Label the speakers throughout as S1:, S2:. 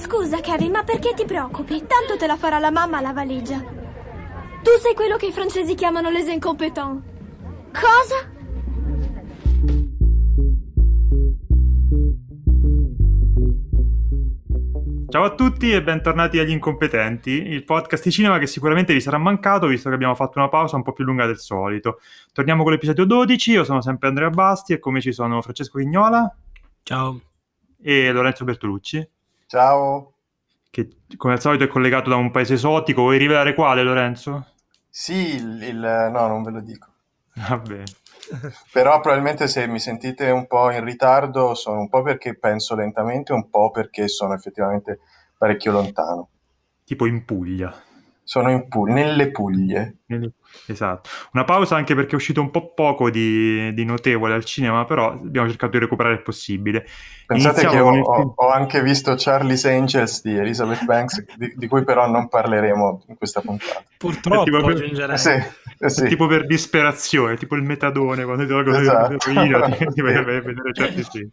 S1: Scusa, Kevin, ma perché ti preoccupi? Tanto te la farà la mamma la valigia. Tu sei quello che i francesi chiamano les incompetents. Cosa?
S2: Ciao a tutti e bentornati agli Incompetenti, il podcast di cinema che sicuramente vi sarà mancato visto che abbiamo fatto una pausa un po' più lunga del solito. Torniamo con l'episodio 12, io sono sempre Andrea Basti e come ci sono Francesco Vignola
S3: Ciao.
S2: e Lorenzo Bertolucci,
S4: Ciao.
S2: che come al solito è collegato da un paese esotico. Vuoi rivelare quale, Lorenzo?
S4: Sì, no, non ve lo dico.
S2: Va bene.
S4: Però probabilmente se mi sentite un po' in ritardo sono un po' perché penso lentamente, un po' perché sono effettivamente parecchio lontano.
S2: Tipo in Puglia.
S4: Sono nelle Puglie.
S2: Esatto, una pausa anche perché è uscito un po' poco di notevole al cinema, però abbiamo cercato di recuperare il possibile.
S4: Pensate che
S2: Iniziamo con il film.
S4: ho anche visto Charlie's Angels di Elizabeth Banks, di cui però non parleremo in questa puntata.
S3: Purtroppo aggiungerei.
S4: Sì.
S2: È tipo per disperazione, tipo il metadone, quando ti tolgono
S4: Esatto.
S2: ti vai a vedere certi film.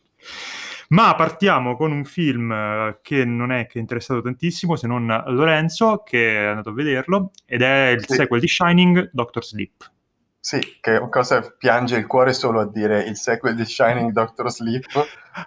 S2: Ma partiamo con un film che non è che è interessato tantissimo, se non Lorenzo, che è andato a vederlo, ed è il
S4: Sì.
S2: sequel di Shining, Doctor Sleep.
S4: Sì, che cosa piange il cuore solo a dire il sequel di Shining Doctor Sleep.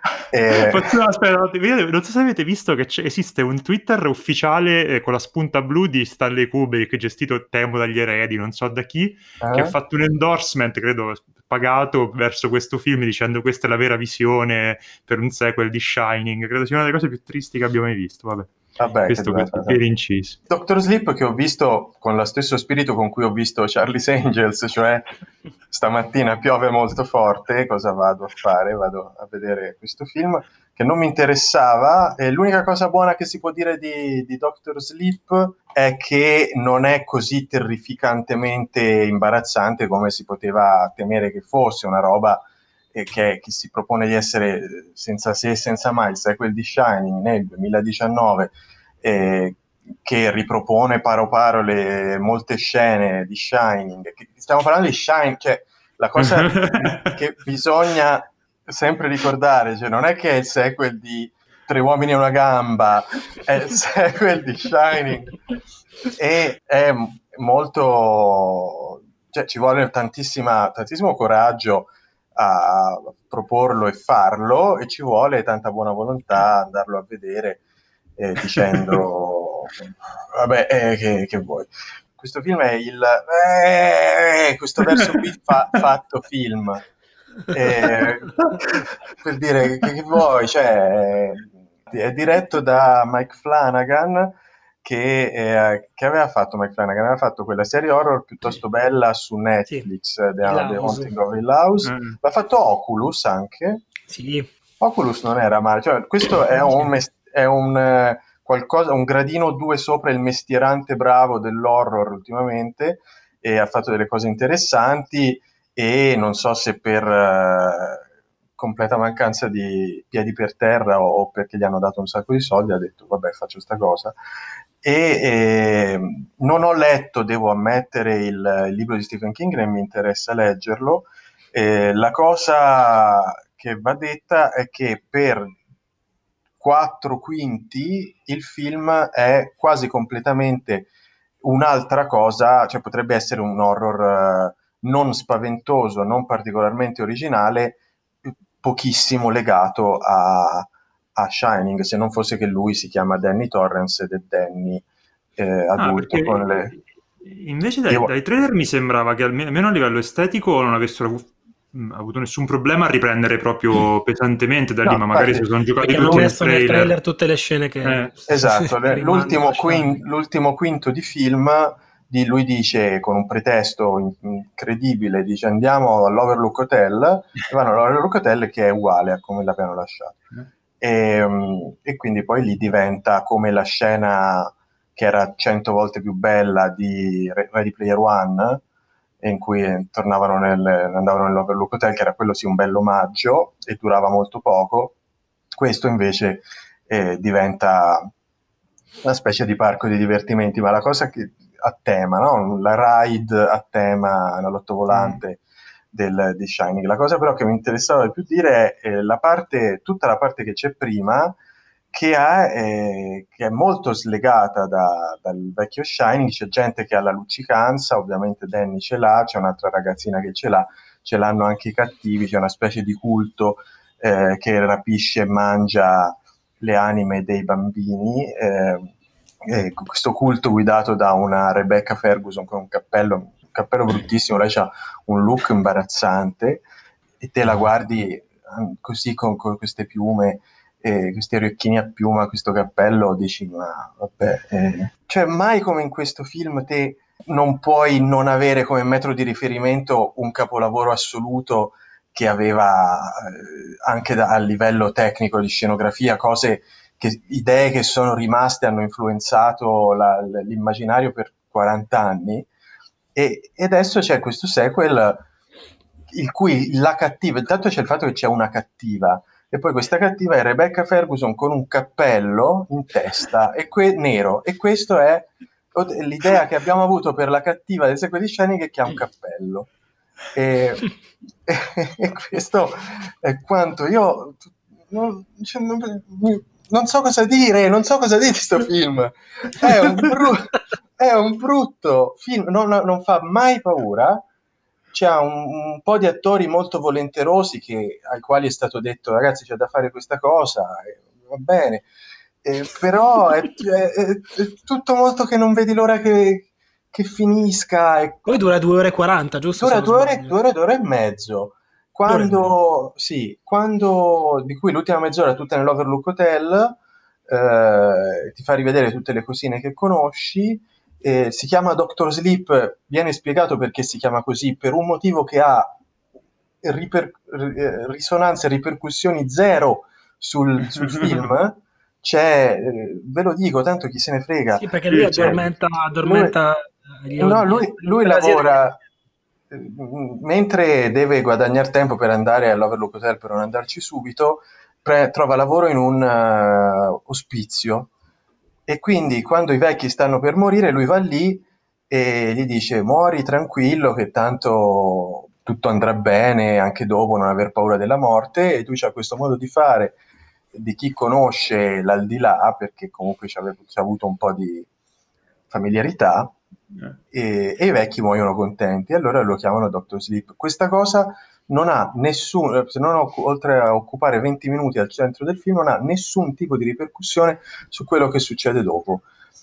S2: Aspetta, non so se avete visto che esiste un Twitter ufficiale con la spunta blu di Stanley Kubrick, gestito temo dagli eredi, non so da chi, che ha fatto un endorsement, credo pagato, verso questo film dicendo questa è la vera visione per un sequel di Shining. Credo sia una delle cose più tristi che abbia mai visto, vabbè. Questo per inciso.
S4: Doctor Sleep che ho visto con lo stesso spirito con cui ho visto Charlie's Angels, cioè stamattina piove molto forte, cosa vado a fare? Vado a vedere questo film che non mi interessava, e l'unica cosa buona che si può dire di Doctor Sleep è che non è così terrificantemente imbarazzante come si poteva temere che fosse, una roba che si propone di essere senza se e senza mai il sequel di Shining nel 2019, che ripropone paro paro molte scene di Shining. Stiamo parlando di Shining, cioè la cosa che bisogna sempre ricordare, cioè non è che è il sequel di Tre uomini e una gamba, è il sequel di Shining, e è molto, cioè ci vuole tantissimo coraggio a proporlo e farlo, e ci vuole tanta buona volontà andarlo a vedere dicendo vabbè, che vuoi. Questo film è questo verso qui fatto film, per dire che vuoi, cioè è diretto da Mike Flanagan, che aveva fatto Mike Flanagan, aveva fatto quella serie horror piuttosto bella su Netflix, The Haunting of Hill House. L'ha fatto Oculus anche.
S3: Sì.
S4: Oculus non era male, cioè questo è un qualcosa, un gradino 2 sopra il mestierante bravo dell'horror ultimamente, e ha fatto delle cose interessanti, e non so se per completa mancanza di piedi per terra o perché gli hanno dato un sacco di soldi ha detto vabbè, faccio sta cosa. E non ho letto, devo ammettere, il libro di Stephen King, ne mi interessa leggerlo. La cosa che va detta è che per 4/5 il film è quasi completamente un'altra cosa, cioè potrebbe essere un horror non spaventoso, non particolarmente originale, pochissimo legato a Shining, se non fosse che lui si chiama Danny Torrance ed è Danny adulto.
S2: Invece dai trailer mi sembrava che almeno a livello estetico non avessero avuto nessun problema a riprendere proprio pesantemente da lì, ma magari si sono giocati
S3: tutti
S2: nel
S3: messo nel trailer tutte le scene che
S4: esatto, l'ultimo quinto di film lui dice, con un pretesto incredibile, dice andiamo all'Overlook Hotel, e vanno all'Overlook Hotel che è uguale a come l'abbiamo lasciato, e quindi poi lì diventa come la scena che era 100 volte più bella di Ready Player One, in cui andavano nell'Overlook Hotel, che era quello sì un bel omaggio e durava molto poco. Questo invece diventa una specie di parco di divertimenti, ma la cosa che a tema, no? La ride a tema nell'ottovolante di Shining. La cosa però che mi interessava di più dire è tutta la parte che c'è prima, che è molto slegata dal vecchio Shining. C'è gente che ha la luccicanza, ovviamente Danny ce l'ha, c'è un'altra ragazzina che ce l'ha, ce l'hanno anche i cattivi, c'è una specie di culto che rapisce e mangia le anime dei bambini, questo culto guidato da una Rebecca Ferguson con un cappello bruttissimo, lei ha un look imbarazzante e te la guardi così con queste piume, questi orecchini a piuma, questo cappello, dici ma vabbè, cioè mai come in questo film te non puoi non avere come metro di riferimento un capolavoro assoluto che aveva anche a livello tecnico di scenografia idee che sono rimaste, hanno influenzato l'immaginario per 40 anni, e adesso c'è questo sequel il cui la cattiva, intanto c'è il fatto che c'è una cattiva, e poi questa cattiva è Rebecca Ferguson con un cappello in testa nero, e questo è l'idea che abbiamo avuto per la cattiva del sequel di Shining, che ha un cappello, e questo è quanto io non so cosa dire di questo film. È un brutto film, non fa mai paura. C'è un po' di attori molto volenterosi ai quali è stato detto ragazzi c'è da fare questa cosa, va bene, però è tutto molto che non vedi l'ora che finisca.
S3: Poi dura 2 ore e 40, giusto?
S4: Dura 2 ore e mezzo. Quando, di cui l'ultima mezz'ora tutta nell'Overlook Hotel, ti fa rivedere tutte le cosine che conosci. Si chiama Doctor Sleep, viene spiegato perché si chiama così, per un motivo che ha risonanze e ripercussioni zero sul film. C'è, ve lo dico, tanto chi se ne frega.
S3: Sì, perché lui addormenta
S4: lui lavora mentre deve guadagnare tempo per andare all'Overlook Hotel, per non andarci subito, trova lavoro in un ospizio, e quindi quando i vecchi stanno per morire lui va lì e gli dice muori tranquillo che tanto tutto andrà bene anche dopo, non aver paura della morte. E lui c'ha questo modo di fare di chi conosce l'aldilà, perché comunque c'ha avuto un po' di familiarità, e i vecchi muoiono contenti, allora lo chiamano Dr. Sleep. Questa cosa non ha oltre a occupare 20 minuti al centro del film, non ha nessun tipo di ripercussione su quello che succede dopo.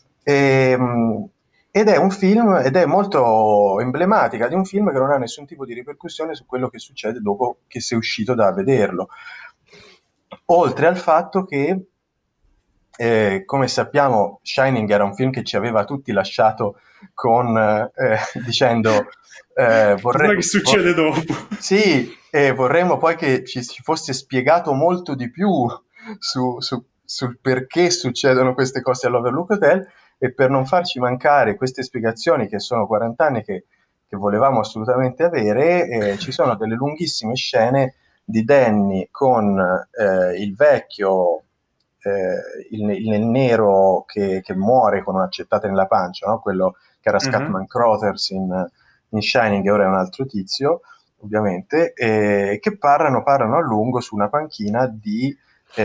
S4: Ed è molto emblematica di un film che non ha nessun tipo di ripercussione su quello che succede dopo che sei uscito da vederlo. Oltre al fatto che, come sappiamo, Shining era un film che ci aveva tutti lasciato dicendo
S2: che succede dopo?
S4: Sì, vorremmo poi che ci fosse spiegato molto di più sul perché succedono queste cose all'Overlook Hotel, e per non farci mancare queste spiegazioni, che sono 40 anni che volevamo assolutamente avere, ci sono delle lunghissime scene di Danny con il vecchio, il nero che muore con un'accettata nella pancia, no? Quello che era Scatman Crothers in Shining, e ora è un altro tizio, ovviamente, che parlano a lungo su una panchina di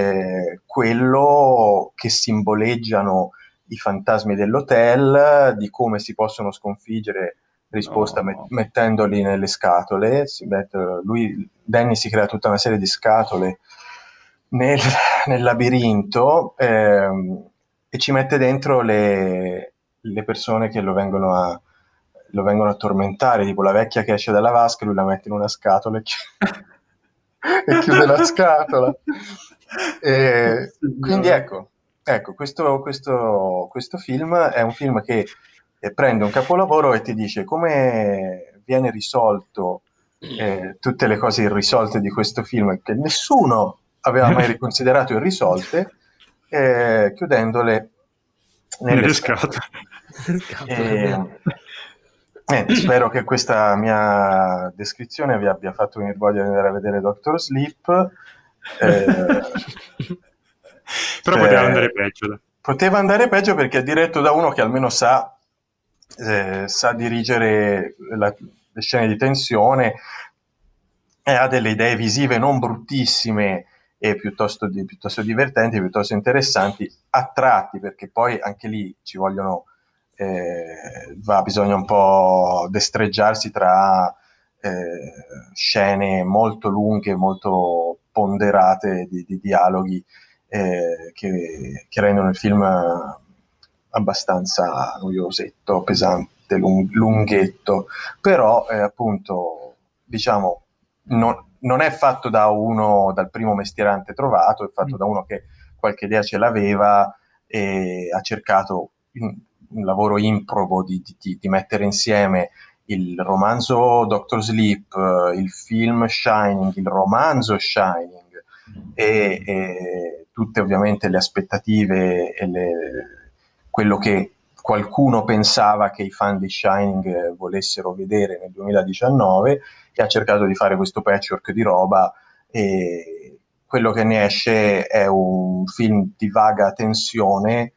S4: quello che simboleggiano i fantasmi dell'hotel, di come si possono sconfiggere risposta mettendoli nelle scatole. Danny si crea tutta una serie di scatole nel labirinto, e ci mette dentro le persone che lo vengono a tormentare, tipo la vecchia che esce dalla vasca, lui la mette in una scatola e chiude la scatola. Quindi ecco, questo film è un film che prende un capolavoro e ti dice come viene risolto tutte le cose irrisolte di questo film, che nessuno aveva mai riconsiderato irrisolte, chiudendole nelle scatole. Spero che questa mia descrizione vi abbia fatto venire voglia di andare a vedere Doctor Sleep.
S2: Però poteva andare peggio.
S4: Poteva andare peggio perché è diretto da uno che almeno sa dirigere le scene di tensione, e ha delle idee visive non bruttissime, e piuttosto divertenti, piuttosto interessanti, a tratti, perché poi anche lì ci vogliono, bisogna un po' destreggiarsi tra scene molto lunghe, molto ponderate di dialoghi che rendono il film abbastanza noiosetto, pesante, lunghetto, però appunto, diciamo, non è fatto da uno, dal primo mestierante trovato, è fatto da uno che qualche idea ce l'aveva e ha cercato un lavoro improbo di mettere insieme il romanzo Doctor Sleep, il film Shining, il romanzo Shining e tutte ovviamente le aspettative e quello che qualcuno pensava che i fan di Shining volessero vedere nel 2019, e ha cercato di fare questo patchwork di roba, e quello che ne esce è un film di vaga tensione,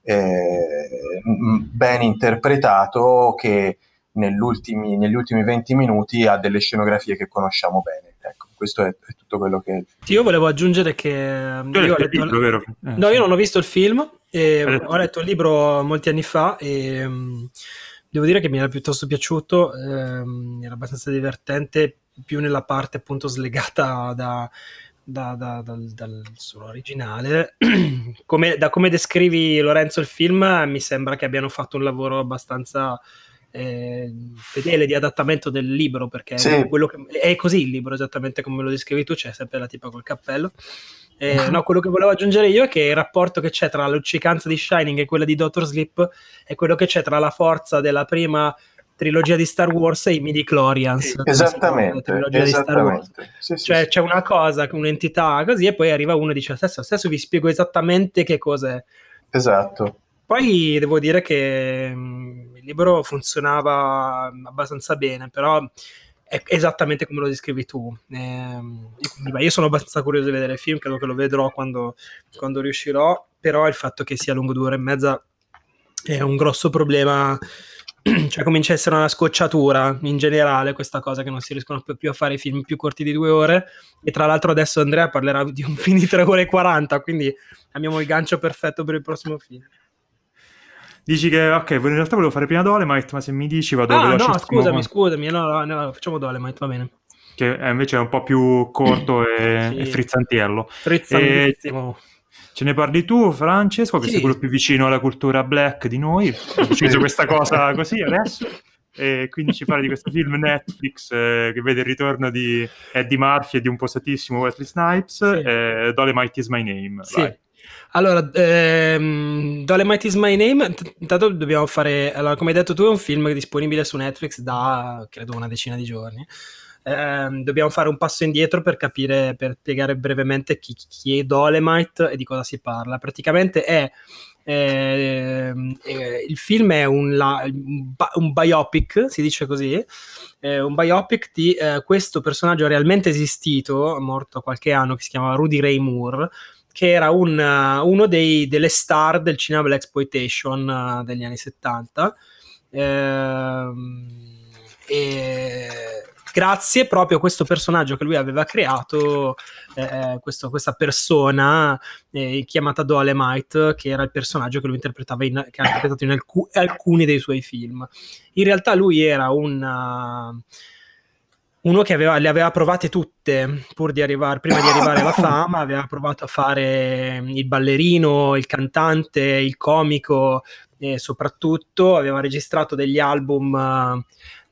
S4: ben interpretato, che negli ultimi 20 minuti ha delle scenografie che conosciamo bene. Ecco, questo è tutto quello che...
S3: Io volevo aggiungere che io ho letto
S2: il libro, vero?
S3: no,
S2: Sì.
S3: io non ho visto il film, ho letto il libro molti anni fa e devo dire che mi era piuttosto piaciuto, era abbastanza divertente, più nella parte appunto slegata dal suo originale. Da come descrivi, Lorenzo, il film, mi sembra che abbiano fatto un lavoro abbastanza fedele di adattamento del libro, perché
S4: Sì.
S3: È così il libro, esattamente come lo descrivi tu, c'è sempre la tipa col cappello. No, quello che volevo aggiungere io è che il rapporto che c'è tra la luccicanza di Shining e quella di Doctor Sleep è quello che c'è tra la forza della prima trilogia di Star Wars e i midi-chlorians.
S4: Esattamente.
S3: Di Star Wars.
S4: Sì,
S3: cioè
S4: sì.
S3: c'è una cosa, un'entità così, e poi arriva uno e dice adesso vi spiego esattamente che cos'è.
S4: Esatto.
S3: Poi devo dire che il libro funzionava abbastanza bene, però è esattamente come lo descrivi tu. Io sono abbastanza curioso di vedere il film, credo che lo vedrò quando riuscirò, però il fatto che sia lungo 2 ore e mezza è un grosso problema. Cioè comincia a essere una scocciatura in generale questa cosa, che non si riescono più a fare film più corti di 2 ore, e tra l'altro adesso Andrea parlerà di un film di 3 ore e 40, quindi abbiamo il gancio perfetto per il prossimo film.
S2: Dici che, ok, in realtà volevo fare prima Dolemite, ma se mi dici vado velocissimo.
S3: No, scusami, no, facciamo Dolemite, va bene.
S2: Che invece è un po' più corto
S3: Sì.
S2: e frizzantiello.
S3: Frizzantissimo.
S2: Ce ne parli tu, Francesco, che
S3: Sì.
S2: sei quello più vicino alla cultura black di noi. Ho deciso questa cosa così adesso. E quindi ci parli di questo film Netflix che vede il ritorno di Eddie Murphy e di un posatissimo Wesley Snipes.
S3: Sì.
S2: Dolemite is my name.
S3: Sì.
S2: Vai.
S3: Allora, Dolemite is my name. Intanto dobbiamo fare, allora, come hai detto tu, è un film che è disponibile su Netflix da credo una decina di giorni. Dobbiamo fare un passo indietro per capire, per spiegare brevemente chi è Dolemite e di cosa si parla. Praticamente il film è un biopic, si dice così, un biopic di questo personaggio realmente esistito, morto qualche anno, che si chiama Rudy Ray Moore, che era uno delle star del cinema blaxploitation degli anni 70, e grazie proprio a questo personaggio che lui aveva creato, questa persona chiamata Dolemite, che era il personaggio che lui interpretava che ha interpretato in alcuni dei suoi film. In realtà lui era uno che le aveva provate tutte prima di arrivare alla fama. Aveva provato a fare il ballerino, il cantante, il comico, e soprattutto aveva registrato degli album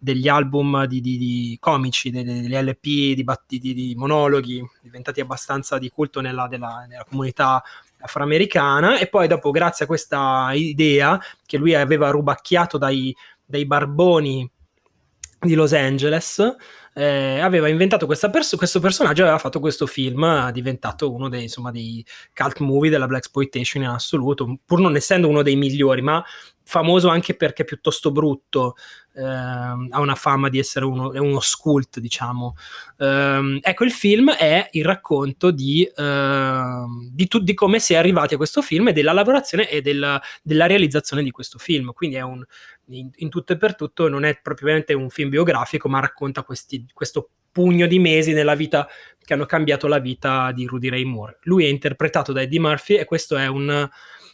S3: di comici, degli LP di monologhi diventati abbastanza di culto nella comunità afroamericana. E poi dopo, grazie a questa idea che lui aveva rubacchiato dai barboni di Los Angeles, aveva inventato questo personaggio e aveva fatto questo film, diventato uno dei cult movie della blaxploitation in assoluto, pur non essendo uno dei migliori, ma famoso anche perché è piuttosto brutto, ha una fama di essere uno cult, diciamo. Ecco, il film è il racconto di come si è arrivati a questo film e della lavorazione e della realizzazione di questo film. Quindi è in tutto e per tutto non è propriamente un film biografico, ma racconta questo pugno di mesi nella vita che hanno cambiato la vita di Rudy Ray Moore. Lui è interpretato da Eddie Murphy e questo è un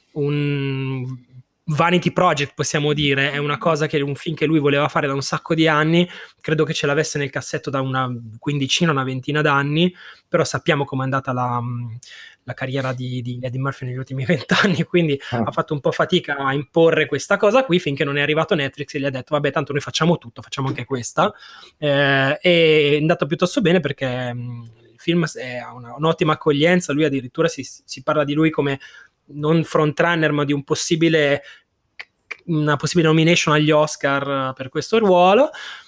S3: vanity project, possiamo dire, è un film che lui voleva fare da un sacco di anni, credo che ce l'avesse nel cassetto da una quindicina, una ventina d'anni, però sappiamo com'è andata la carriera di Eddie Murphy negli ultimi 20 anni, quindi ha fatto un po' fatica a imporre questa cosa qui finché non è arrivato Netflix e gli ha detto vabbè, tanto noi facciamo tutto, facciamo anche questa, e è andato piuttosto bene perché il film ha un'ottima accoglienza, lui addirittura si parla di lui come non frontrunner ma di una possibile nomination agli Oscar per questo ruolo.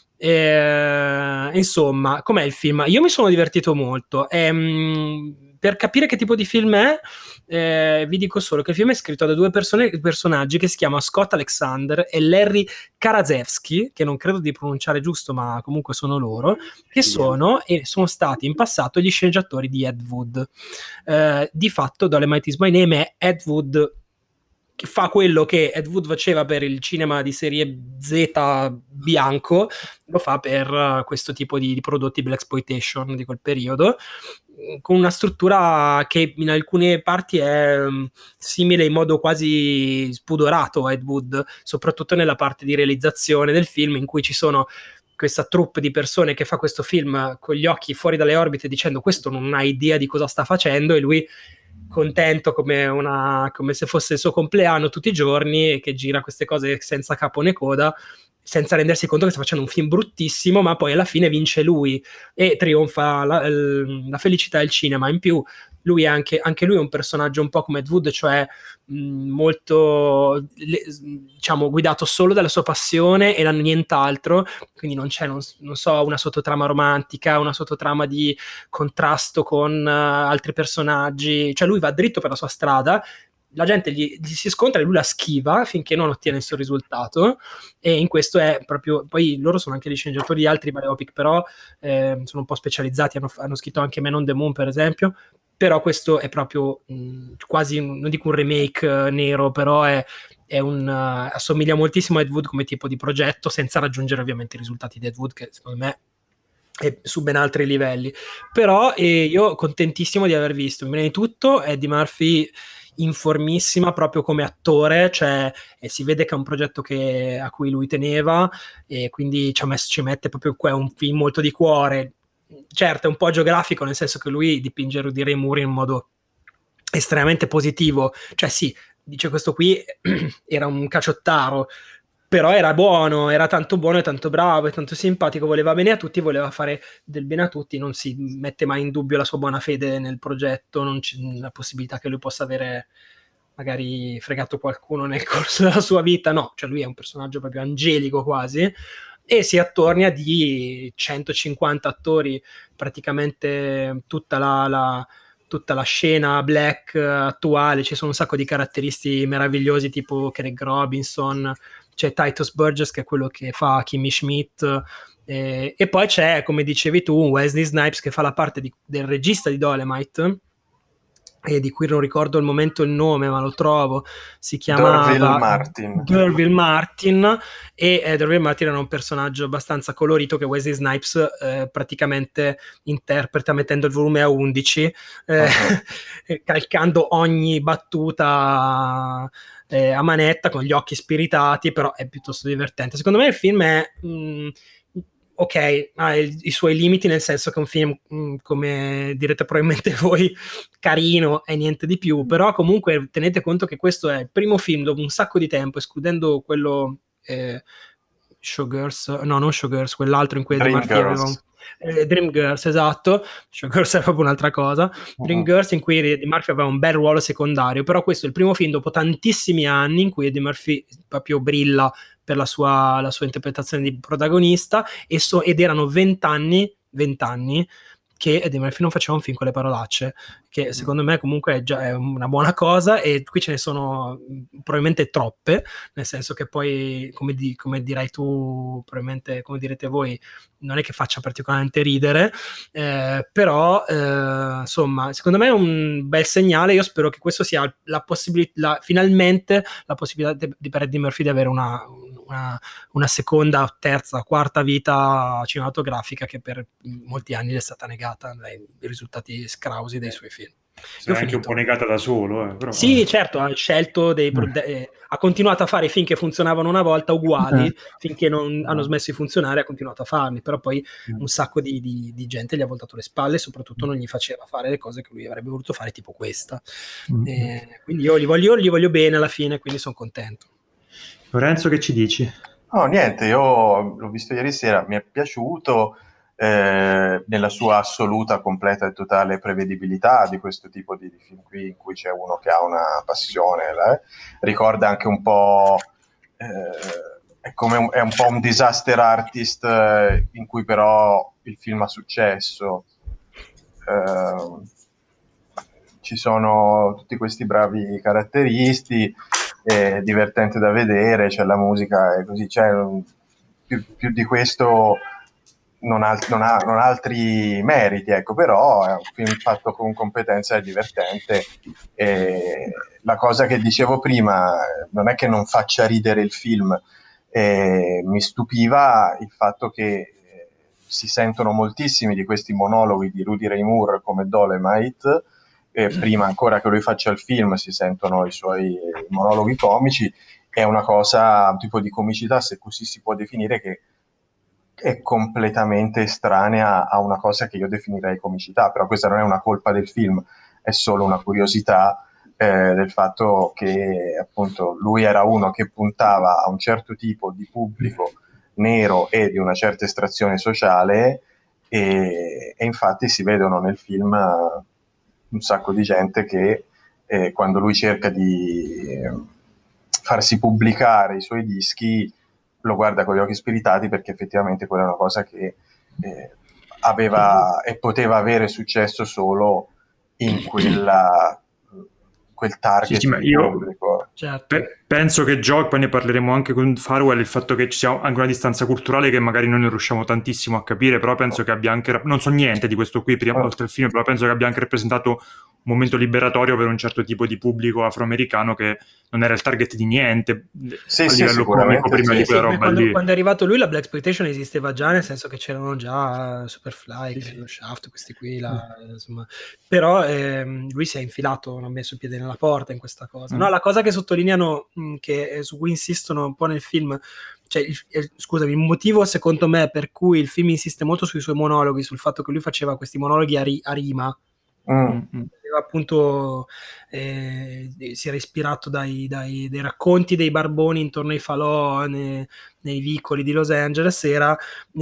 S3: Insomma, com'è il film? Io mi sono divertito molto. Per capire che tipo di film è, vi dico solo che il film è scritto da due personaggi che si chiamano Scott Alexander e Larry Karaszewski, che non credo di pronunciare giusto, ma comunque sono loro, che sono stati in passato gli sceneggiatori di Ed Wood. Di fatto Dolomite Is My Name è Ed Wood che fa quello che Ed Wood faceva per il cinema di serie Z bianco, lo fa per questo tipo di prodotti blaxploitation di quel periodo, con una struttura che in alcune parti è simile in modo quasi spudorato a Ed Wood, soprattutto nella parte di realizzazione del film, in cui ci sono questa troupe di persone che fa questo film con gli occhi fuori dalle orbite dicendo questo non ha idea di cosa sta facendo, e lui contento come se fosse il suo compleanno tutti i giorni, e che gira queste cose senza capo né coda, senza rendersi conto che sta facendo un film bruttissimo, ma poi alla fine vince lui e trionfa la felicità del cinema. In più lui è anche lui è un personaggio un po' come Ed Wood, cioè molto diciamo guidato solo dalla sua passione e da nient'altro, quindi non c'è non so, una sottotrama romantica, una sottotrama di contrasto con altri personaggi, cioè lui va dritto per la sua strada, la gente gli si scontra e lui la schiva finché non ottiene il suo risultato, e in questo è proprio, poi loro sono anche gli sceneggiatori di altri biopic, però sono un po' specializzati, hanno scritto anche Man on the Moon per esempio, però questo è proprio quasi, non dico un remake nero, però assomiglia moltissimo a Ed Wood come tipo di progetto, senza raggiungere ovviamente i risultati di Ed Wood, che secondo me è su ben altri livelli. Però io contentissimo di aver visto, prima di tutto Eddie Murphy in formissima proprio come attore, cioè si vede che è un progetto a cui lui teneva, e quindi ci mette proprio qua un film molto di cuore. Certo è un po' geografico, nel senso che lui dipinge Rudy Ray Moore in modo estremamente positivo, cioè sì, dice questo qui era un caciottaro, però era buono, era tanto buono e tanto bravo e tanto simpatico, voleva bene a tutti, voleva fare del bene a tutti, non si mette mai in dubbio la sua buona fede nel progetto, non c'è la possibilità che lui possa avere magari fregato qualcuno nel corso della sua vita, no, cioè lui è un personaggio proprio angelico quasi, e si attornia di 150 attori, praticamente tutta la scena black attuale, ci sono un sacco di caratteristi meravigliosi tipo Craig Robinson, c'è Titus Burgess che è quello che fa Kimmy Schmidt, e poi c'è, come dicevi tu, Wesley Snipes che fa la parte del regista di Dolomite, e di cui non ricordo al momento il nome, ma lo trovo, si chiamava D'Urville Martin, e D'Urville Martin era un personaggio abbastanza colorito che Wesley Snipes praticamente interpreta mettendo il volume a 11, calcando ogni battuta a manetta con gli occhi spiritati, però è piuttosto divertente. Secondo me il film è ok, ha i suoi limiti, nel senso che è un film, come direte probabilmente voi, carino e niente di più, però comunque tenete conto che questo è il primo film dopo un sacco di tempo, escludendo quello Showgirls, no, non Showgirls, quell'altro in cui Eddie Murphy aveva Dreamgirls, esatto, Showgirls è proprio un'altra cosa, Dreamgirls in cui Eddie Murphy aveva un bel ruolo secondario, però questo è il primo film dopo tantissimi anni in cui Eddie Murphy proprio brilla per la sua interpretazione di protagonista, ed erano 20 anni che Eddie Murphy non faceva un film con le parolacce, che secondo me comunque è una buona cosa, e qui ce ne sono probabilmente troppe, nel senso che poi come dirai tu, probabilmente come direte voi, non è che faccia particolarmente ridere, però insomma secondo me è un bel segnale. Io spero che questo sia la possibilità, finalmente la possibilità per Eddie Murphy di avere una seconda, terza, quarta vita cinematografica che per molti anni le è stata negata dai risultati scrausi dei suoi film.
S2: Si è anche un po' negata da solo, però.
S3: Sì, certo, ha scelto ha continuato a fare i film che funzionavano una volta uguali, finché non hanno smesso di funzionare ha continuato a farli, però poi un sacco di gente gli ha voltato le spalle e soprattutto non gli faceva fare le cose che lui avrebbe voluto fare, tipo questa. Quindi io gli voglio bene alla fine, quindi sono contento.
S2: Lorenzo, che ci dici?
S4: No, niente, io l'ho visto ieri sera, mi è piaciuto nella sua assoluta, completa e totale prevedibilità di questo tipo di film qui, in cui c'è uno che ha una passione, ricorda anche un po', è un po' un disaster artist in cui però il film ha successo. Ci sono tutti questi bravi caratteristi, è divertente da vedere, c'è la musica e così, più di questo non ha altri meriti, ecco, però è un film fatto con competenza e divertente. E la cosa che dicevo prima non è che non faccia ridere il film, mi stupiva il fatto che si sentono moltissimi di questi monologhi di Rudy Ray Moore come Dolemite, prima ancora che lui faccia il film si sentono i suoi monologhi comici. È una cosa, un tipo di comicità, se così si può definire, che è completamente estranea a una cosa che io definirei comicità, però questa non è una colpa del film, è solo una curiosità del fatto che appunto lui era uno che puntava a un certo tipo di pubblico nero e di una certa estrazione sociale, e infatti si vedono nel film un sacco di gente che quando lui cerca di farsi pubblicare i suoi dischi lo guarda con gli occhi spiritati, perché effettivamente quella è una cosa che aveva e poteva avere successo solo in quel target di pubblico.
S3: Certo.
S2: Penso che poi ne parleremo anche con Farwell, il fatto che ci sia anche una distanza culturale che magari noi non riusciamo tantissimo a capire, però penso che abbia anche, non so niente di questo qui prima oltre il film, però penso che abbia anche rappresentato un momento liberatorio per un certo tipo di pubblico afroamericano che non era il target di niente a livello comico prima di quella roba lì.
S3: Quando è arrivato lui la Blaxploitation esisteva già, nel senso che c'erano già Superfly, Shaft, questi qui, insomma. Però lui si è infilato, non ha messo il piede nella porta in questa cosa. No, la cosa che sottolineano, su cui insistono un po' nel film, cioè scusami, il motivo secondo me per cui il film insiste molto sui suoi monologhi, sul fatto che lui faceva questi monologhi a rima, appunto si era ispirato dai racconti dei barboni intorno ai falò nei vicoli di Los Angeles, era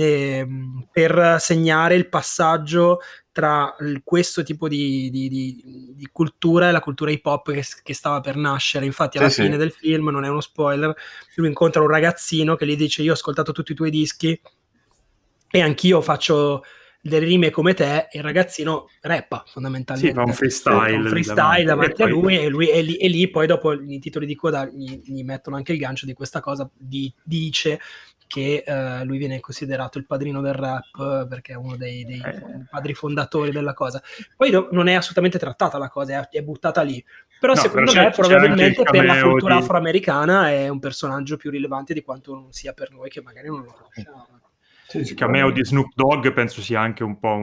S3: per segnare il passaggio tra questo tipo di cultura e la cultura hip hop che stava per nascere. Infatti alla fine del film, non è uno spoiler, lui incontra un ragazzino che gli dice: io ho ascoltato tutti i tuoi dischi e anch'io faccio delle rime come te. E il ragazzino rappa fondamentalmente,
S2: fa un freestyle
S3: davanti a lui, e lì poi dopo i titoli di coda gli mettono anche il gancio di questa cosa, dice che lui viene considerato il padrino del rap perché è uno dei padri fondatori della cosa. Poi non è assolutamente trattata la cosa, è buttata lì, però secondo me probabilmente per la cultura afroamericana è un personaggio più rilevante di quanto non sia per noi che magari non lo conosciamo.
S2: Il cameo di Snoop Dogg penso sia anche un po'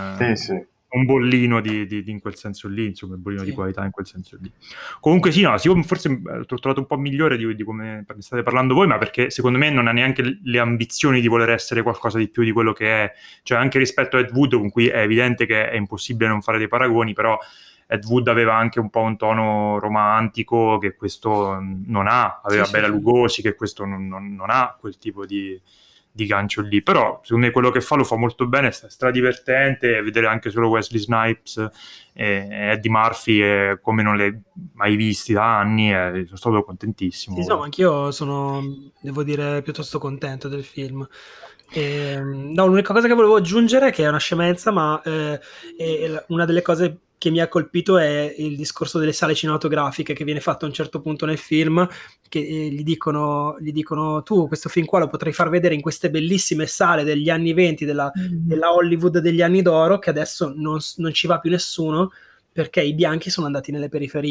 S2: un bollino in quel senso lì, insomma, un bollino di qualità in quel senso lì. Comunque io forse l'ho trovato un po' migliore di come state parlando voi, ma perché secondo me non ha neanche le ambizioni di voler essere qualcosa di più di quello che è, cioè anche rispetto a Ed Wood, con cui è evidente che è impossibile non fare dei paragoni, però Ed Wood aveva anche un po' un tono romantico che questo non ha, aveva Bela Lugosi che questo non ha quel tipo di gancio lì, però secondo me quello che fa lo fa molto bene, è stradivertente, vedere anche solo Wesley Snipes e Eddie Murphy come non li hai mai visti da anni, sono stato contentissimo.
S3: Insomma, anch'io sono, devo dire, piuttosto contento del film. No, l'unica cosa che volevo aggiungere, che è una scemenza, ma una delle cose che mi ha colpito è il discorso delle sale cinematografiche che viene fatto a un certo punto nel film, che gli dicono tu questo film qua lo potrai far vedere in queste bellissime sale degli anni 20 della Hollywood degli anni d'oro, che adesso non ci va più nessuno perché i bianchi sono andati nelle periferie.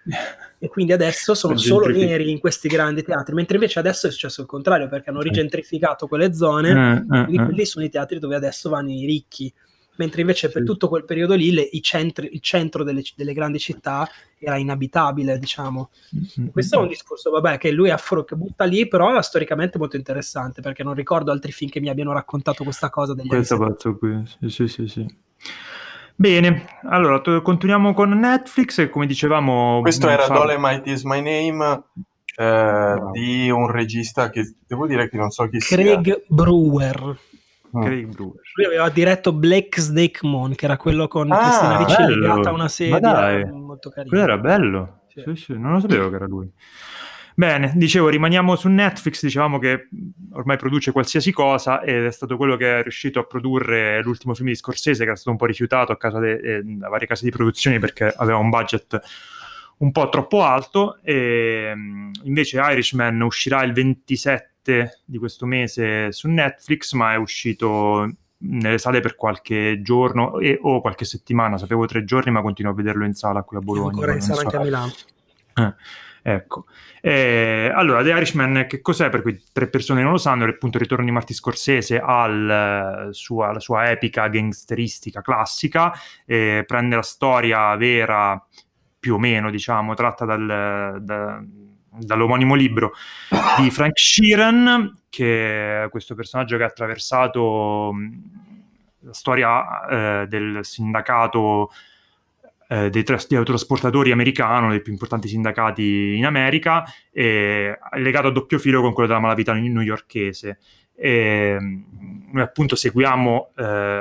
S3: e quindi adesso sono solo neri in questi grandi teatri, mentre invece adesso è successo il contrario, perché hanno rigentrificato quelle zone, quindi quelli sono i teatri dove adesso vanno i ricchi, mentre invece per tutto quel periodo lì il centro delle grandi città era inabitabile, diciamo. Questo è un discorso, vabbè, che lui che butta lì, però è storicamente molto interessante, perché non ricordo altri film che mi abbiano raccontato questa cosa degli
S2: questo pezzo qui. Sì. Bene, allora continuiamo con Netflix e come dicevamo...
S4: Questo era Dolomite is my name, di un regista che devo dire che non so chi
S3: Craig
S4: sia.
S3: Brewer.
S2: Craig Brewer.
S3: Lui aveva diretto Black Snake Moon, che era quello con Cristina Ricci legata a una sedia, molto carino.
S2: Quello era bello, sì, non lo sapevo che era lui. Bene, dicevo, rimaniamo su Netflix, dicevamo che ormai produce qualsiasi cosa ed è stato quello che è riuscito a produrre l'ultimo film di Scorsese, che era stato un po' rifiutato a causa da varie case di produzione perché aveva un budget un po' troppo alto, e invece Irishman uscirà il 27 di questo mese su Netflix, ma è uscito nelle sale per qualche giorno o qualche settimana, sapevo 3 giorni, ma continuo a vederlo in sala qui a Bologna.
S3: Ancora in sala anche a Milano.
S2: Ecco, allora The Irishman che cos'è per cui 3 persone non lo sanno? È appunto il ritorno di Martin Scorsese alla sua epica gangsteristica classica, prende la storia vera più o meno, diciamo, tratta dall'omonimo libro di Frank Sheeran, che è questo personaggio che ha attraversato la storia del sindacato dei autotrasportatori americano, dei più importanti sindacati in America, legato a doppio filo con quello della malavita newyorkese. Noi appunto seguiamo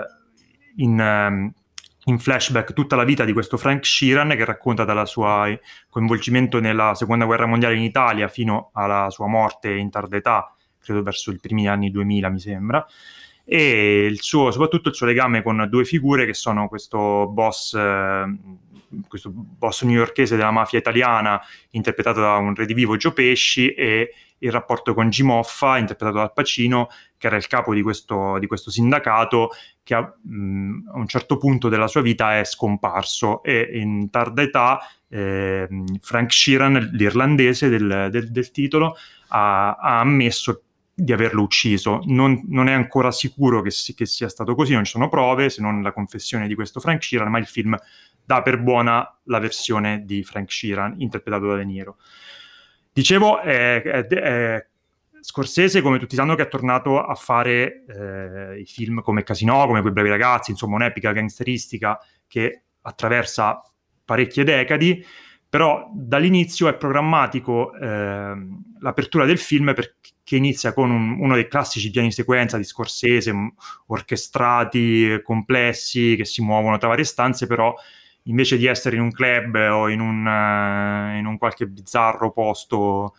S2: in flashback tutta la vita di questo Frank Sheeran, che racconta dal suo coinvolgimento nella Seconda Guerra Mondiale in Italia fino alla sua morte in tarda età, credo verso i primi anni 2000 mi sembra, e soprattutto il suo legame con 2 figure che sono questo boss newyorkese della mafia italiana interpretato da un redivivo Joe Pesci, e il rapporto con Jim Hoffa interpretato da Al Pacino, che era il capo di questo sindacato, che a un certo punto della sua vita è scomparso, e in tarda età Frank Sheeran, l'irlandese del titolo, ha ammesso di averlo ucciso. Non è ancora sicuro che sia stato così, non ci sono prove se non la confessione di questo Frank Sheeran, ma il film dà per buona la versione di Frank Sheeran interpretato da De Niro. Dicevo, Scorsese, come tutti sanno, che è tornato a fare i film come Casino, come Quei bravi ragazzi, insomma un'epica gangsteristica che attraversa parecchie decadi, però dall'inizio è programmatico l'apertura del film, perché inizia con uno dei classici piani sequenza di Scorsese, orchestrati, complessi, che si muovono tra varie stanze, però invece di essere in un club o in un qualche bizzarro posto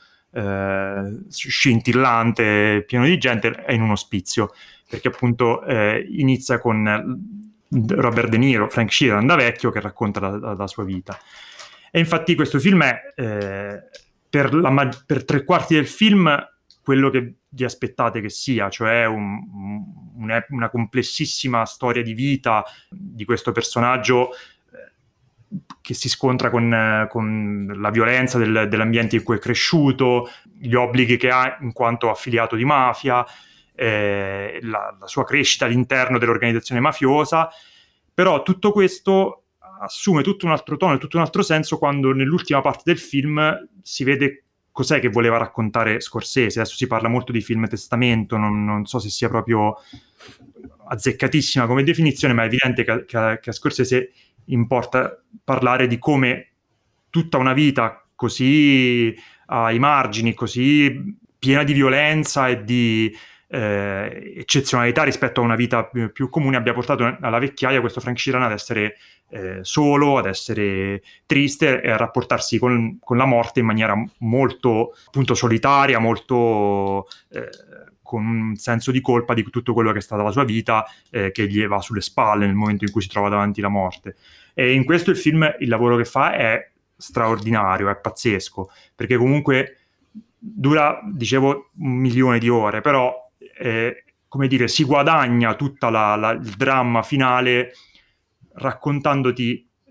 S2: scintillante, pieno di gente, è in un ospizio, perché appunto inizia con Robert De Niro, Frank Sheeran da vecchio, che racconta la sua vita. E infatti questo film è per 3/4 del film quello che vi aspettate che sia, cioè una complessissima storia di vita di questo personaggio che si scontra con la violenza dell'ambiente in cui è cresciuto, gli obblighi che ha in quanto affiliato di mafia, la sua crescita all'interno dell'organizzazione mafiosa. Però tutto questo assume tutto un altro tono e tutto un altro senso quando nell'ultima parte del film si vede cos'è che voleva raccontare Scorsese. Adesso si parla molto di film testamento, non so se sia proprio azzeccatissima come definizione, ma è evidente che a Scorsese importa parlare di come tutta una vita così ai margini, così piena di violenza e di eccezionalità rispetto a una vita più comune, abbia portato alla vecchiaia questo Frank Sheeran ad essere solo, ad essere triste e a rapportarsi con la morte in maniera molto appunto solitaria, molto con un senso di colpa di tutto quello che è stata la sua vita, che gli va sulle spalle nel momento in cui si trova davanti la morte. E in questo il film, il lavoro che fa è straordinario, è pazzesco, perché comunque dura, dicevo, 1 milione di ore, però come dire, si guadagna tutta il dramma finale raccontandoti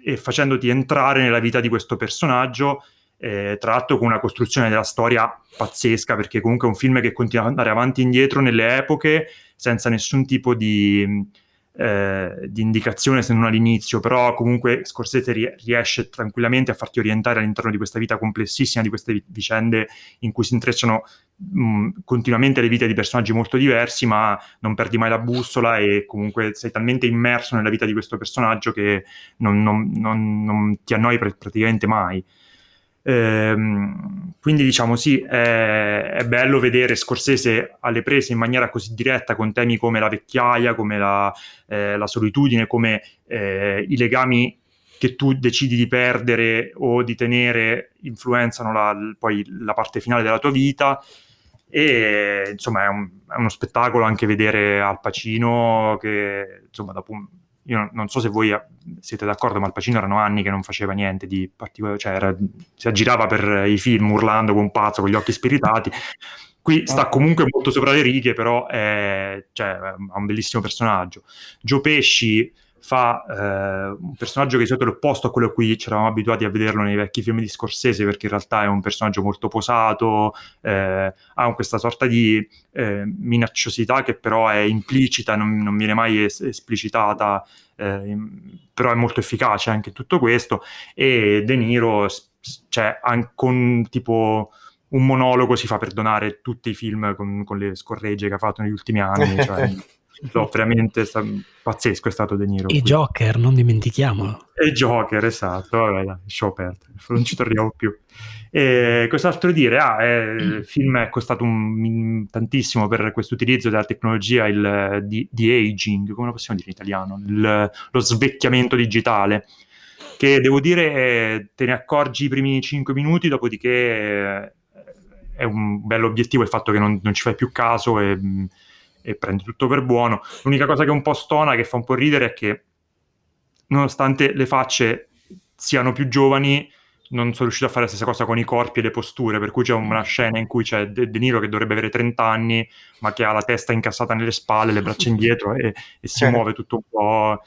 S2: e facendoti entrare nella vita di questo personaggio, tra l'altro con una costruzione della storia pazzesca, perché comunque è un film che continua ad andare avanti e indietro nelle epoche senza nessun tipo di indicazione, se non all'inizio, però comunque Scorsese riesce tranquillamente a farti orientare all'interno di questa vita complessissima, di queste vicende in cui si intrecciano continuamente le vite di personaggi molto diversi, ma non perdi mai la bussola e comunque sei talmente immerso nella vita di questo personaggio che non ti annoi praticamente mai. Quindi diciamo sì, è bello vedere Scorsese alle prese in maniera così diretta con temi come la vecchiaia, come la solitudine, come i legami che tu decidi di perdere o di tenere influenzano poi la parte finale della tua vita. E insomma è uno spettacolo anche vedere Al Pacino che insomma dopo io non so se voi siete d'accordo, ma Al Pacino erano anni che non faceva niente di particolare, cioè si aggirava per i film urlando come un pazzo con gli occhi spiritati. Qui sta comunque molto sopra le righe, però ha un bellissimo personaggio. Joe Pesci fa un personaggio che di solito è l'opposto a quello a cui ci eravamo abituati a vederlo nei vecchi film di Scorsese, perché in realtà è un personaggio molto posato, ha questa sorta di minacciosità che però è implicita, non viene mai esplicitata, però è molto efficace anche in tutto questo. E De Niro, cioè, con tipo un monologo si fa perdonare tutti i film con le scorregge che ha fatto negli ultimi anni, cioè no, veramente pazzesco è stato De Niro.
S3: E Joker, non dimentichiamolo.
S2: E Joker, esatto, vabbè, dai, show aperto, non ci torniamo più. Cos'altro dire? Il film è costato tantissimo per questo utilizzo della tecnologia, di aging, come lo possiamo dire in italiano? Lo svecchiamento digitale, che devo dire te ne accorgi i primi 5 minuti, dopodiché è un bell'obiettivo il fatto che non ci fai più caso e prendi tutto per buono. L'unica cosa che è un po' stona, che fa un po' ridere, è che nonostante le facce siano più giovani, non sono riuscito a fare la stessa cosa con i corpi e le posture, per cui c'è una scena in cui c'è De Niro che dovrebbe avere 30 anni, ma che ha la testa incassata nelle spalle, le braccia indietro e si muove tutto un po'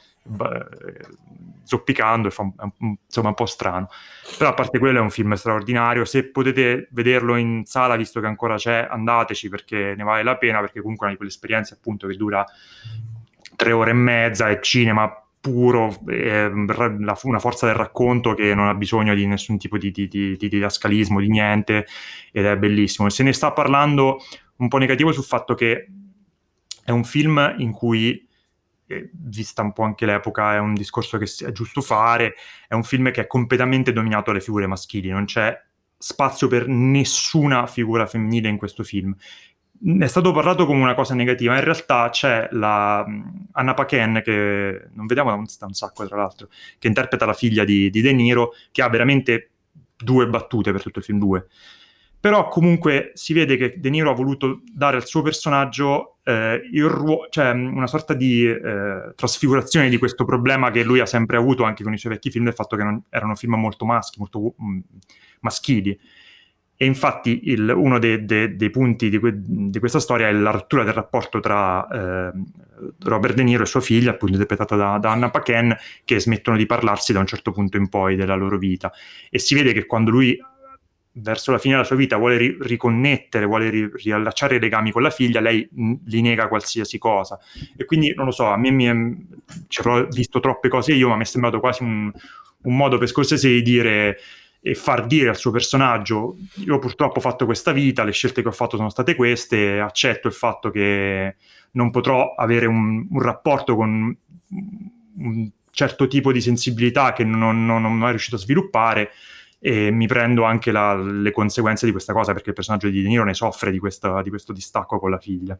S2: zoppicando e fa insomma un po' strano. Però a parte quello è un film straordinario. Se potete vederlo in sala, visto che ancora c'è, andateci, perché ne vale la pena, perché comunque è una di quelle esperienze appunto che dura 3 ore e mezza, è cinema puro, una forza del racconto che non ha bisogno di nessun tipo di didascalismo, di niente, ed è bellissimo. Se ne sta parlando un po' negativo sul fatto che è un film in cui, vista un po' anche l'epoca, è un discorso che è giusto fare, è un film che è completamente dominato dalle figure maschili, non c'è spazio per nessuna figura femminile in questo film. È stato parlato come una cosa negativa, in realtà c'è Anna Paquin, che non vediamo da un sacco tra l'altro, che interpreta la figlia di De Niro, che ha veramente 2 battute per tutto il film, 2. Però comunque si vede che De Niro ha voluto dare al suo personaggio cioè una sorta di trasfigurazione di questo problema che lui ha sempre avuto anche con i suoi vecchi film, del fatto che erano film molto molto maschili. E infatti uno dei punti di questa storia è la rottura del rapporto tra Robert De Niro e sua figlia, appunto interpretata da Anna Paquin, che smettono di parlarsi da un certo punto in poi della loro vita. E si vede che quando lui, verso la fine della sua vita, vuole riconnettere, vuole riallacciare i legami con la figlia, lei gli nega qualsiasi cosa. E quindi, non lo so, a me ci avrò visto troppe cose io, ma mi è sembrato quasi un modo per Scorsese di dire e far dire al suo personaggio: io purtroppo ho fatto questa vita, le scelte che ho fatto sono state queste, accetto il fatto che non potrò avere un rapporto con un certo tipo di sensibilità che non è riuscito a sviluppare, e mi prendo anche le conseguenze di questa cosa, perché il personaggio di De Niro ne soffre di questo distacco con la figlia.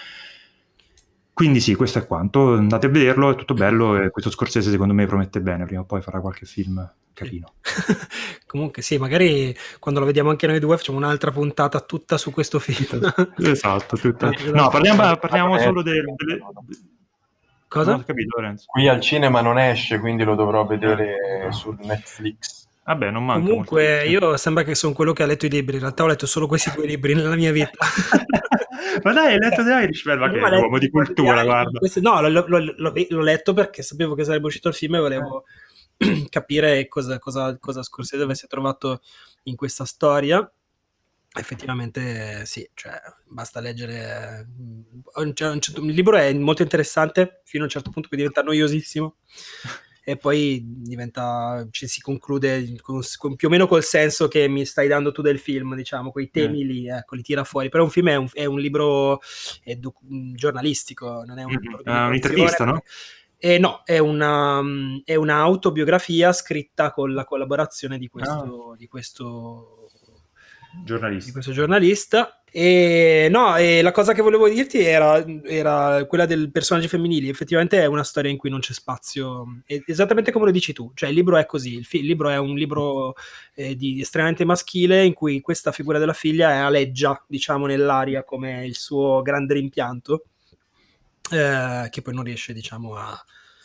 S2: Quindi sì, questo è quanto, andate a vederlo, è tutto bello, e questo Scorsese secondo me promette bene, prima o poi farà qualche film carino.
S3: Comunque sì, magari quando lo vediamo anche noi due facciamo un'altra puntata tutta su questo film.
S2: Esatto, tutta. No, parliamo solo delle...
S3: Cosa?
S2: Non ho capito, Lorenzo.
S4: Qui al cinema non esce, quindi lo dovrò vedere su Netflix.
S2: Vabbè, non manca.
S3: Comunque io sembra che sono quello che ha letto i libri, in realtà ho letto solo questi 2 libri nella mia vita.
S2: Ma dai, hai letto The Irishman, ma che è un uomo di cultura, guarda.
S3: No, l'ho letto perché sapevo che sarebbe uscito il film e volevo capire cosa Scorsese avesse trovato in questa storia. Effettivamente sì, cioè basta leggere. Il libro è molto interessante fino a un certo punto, poi diventa noiosissimo e poi si conclude con più o meno col senso che mi stai dando tu del film, diciamo, quei temi lì, ecco, li tira fuori. Però un film è un libro giornalistico, non è un libro di
S2: un'intervista, no?
S3: No, è una autobiografia scritta con la collaborazione di questo giornalista. E no, e la cosa che volevo dirti era quella del personaggio femminili. Effettivamente è una storia in cui non c'è spazio, esattamente come lo dici tu, cioè il libro è così, il libro è un libro estremamente maschile, in cui questa figura della figlia aleggia, diciamo, nell'aria come il suo grande rimpianto, che poi non riesce, diciamo, a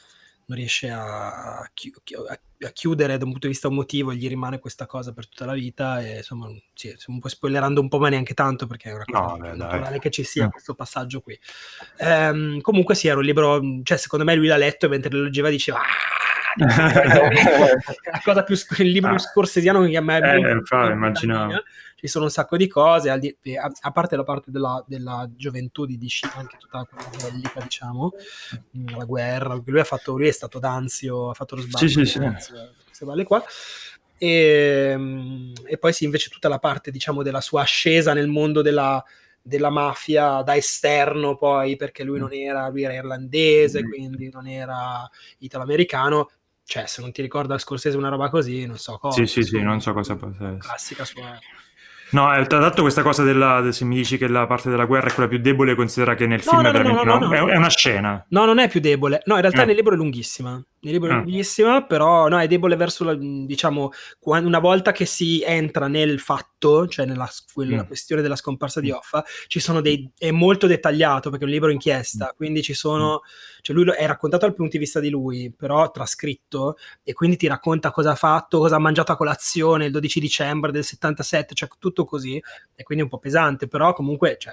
S3: chiudere da un punto di vista emotivo, gli rimane questa cosa per tutta la vita. E insomma, sì, stiamo un po' spoilerando un po', ma neanche tanto, perché è una cosa naturale che ci sia questo passaggio qui. Comunque sì, era un libro, cioè secondo me lui l'ha letto e mentre lo leggeva diceva la cosa più il libro scorsesiano che a me immaginavo. Ci sono un sacco di cose, a parte la parte della gioventù di DC, anche tutta quella bellica, diciamo, la guerra, perché lui è stato d'Anzio, ha fatto lo sbarco queste balle qua. E poi sì, invece tutta la parte, diciamo, della sua ascesa nel mondo della mafia da esterno, poi, perché lui era irlandese, quindi non era italo-americano. Cioè, se non ti ricorda Scorsese una roba così, non so cosa.
S2: Sì, non so cosa possa essere.
S3: Classica sua.
S2: No, tra l'altro questa cosa se mi dici che la parte della guerra è quella più debole, considera che nel film è veramente è una scena.
S3: No, non è più debole. No, in realtà nel libro è lunghissima. Nel libro è lunghissima, però no, è debole verso diciamo, una volta che si entra nel fatto, cioè nella questione della scomparsa di Hoffa, è molto dettagliato, perché è un libro inchiesta, quindi ci sono, cioè lui è raccontato dal punto di vista di lui, però trascritto, e quindi ti racconta cosa ha fatto, cosa ha mangiato a colazione il 12 dicembre del 77, cioè tutto così, e quindi è un po' pesante, però comunque, cioè,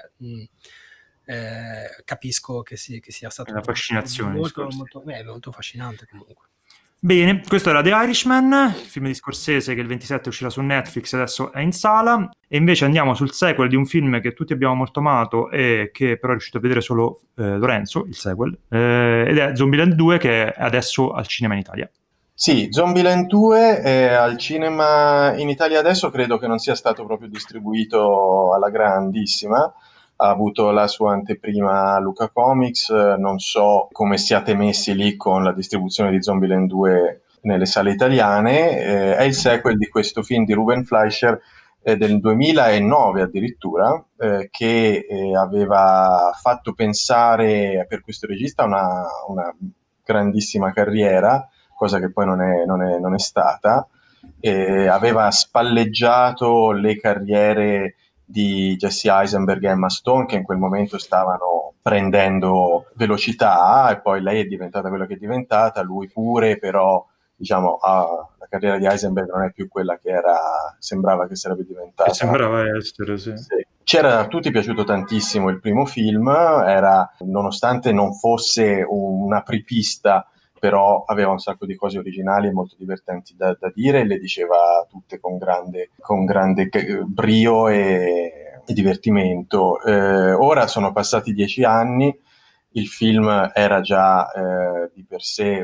S3: capisco che sia stato
S2: una fascinazione
S3: molto affascinante comunque.
S2: Bene, questo era The Irishman, il film di Scorsese che il 27 uscirà su Netflix, adesso è in sala, e invece andiamo sul sequel di un film che tutti abbiamo molto amato e che però è riuscito a vedere solo Lorenzo, il sequel, ed è Zombieland 2, che è adesso al cinema in Italia.
S4: Sì, Zombieland 2 è al cinema in Italia adesso, credo che non sia stato proprio distribuito alla grandissima, ha avuto la sua anteprima a Luca Comics, non so come siate messi lì con la distribuzione di Zombieland 2 nelle sale italiane, è il sequel di questo film di Ruben Fleischer del 2009 addirittura, che aveva fatto pensare per questo regista una grandissima carriera, cosa che poi non è stata, aveva spalleggiato le carriere di Jesse Eisenberg e Emma Stone, che in quel momento stavano prendendo velocità, e poi lei è diventata quello che è diventata, lui pure, però diciamo la carriera di Eisenberg non è più quella che sembrava che sarebbe diventata.
S2: Sembrava essere, sì.
S4: C'era a tutti piaciuto tantissimo il primo film, nonostante non fosse una apripista, però aveva un sacco di cose originali e molto divertenti da dire, e le diceva tutte con grande brio e divertimento. Ora sono passati 10 anni, il film era già di per sé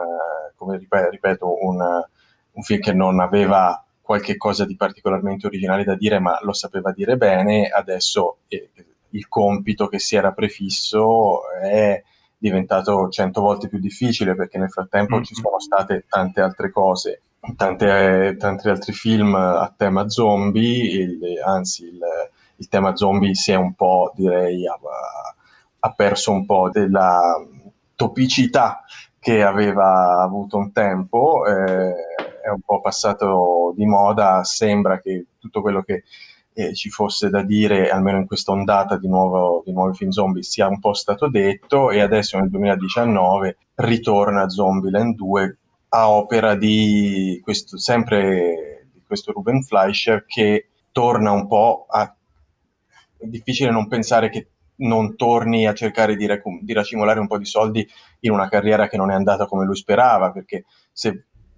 S4: un film che non aveva qualche cosa di particolarmente originale da dire, ma lo sapeva dire bene. Adesso il compito che si era prefisso è diventato 100 volte più difficile, perché nel frattempo ci sono state tante altre cose, tanti altri film a tema zombie, anzi il tema zombie si è un po', direi, ha perso un po' della topicità che aveva avuto un tempo, è un po' passato di moda, sembra che tutto quello che ci fosse da dire, almeno in questa ondata di nuovi film zombie, sia un po' stato detto, e adesso nel 2019 ritorna Zombieland 2 a opera di questo Ruben Fleischer, che torna un po' è difficile non pensare che non torni a cercare di racimolare un po' di soldi in una carriera che non è andata come lui sperava, perché se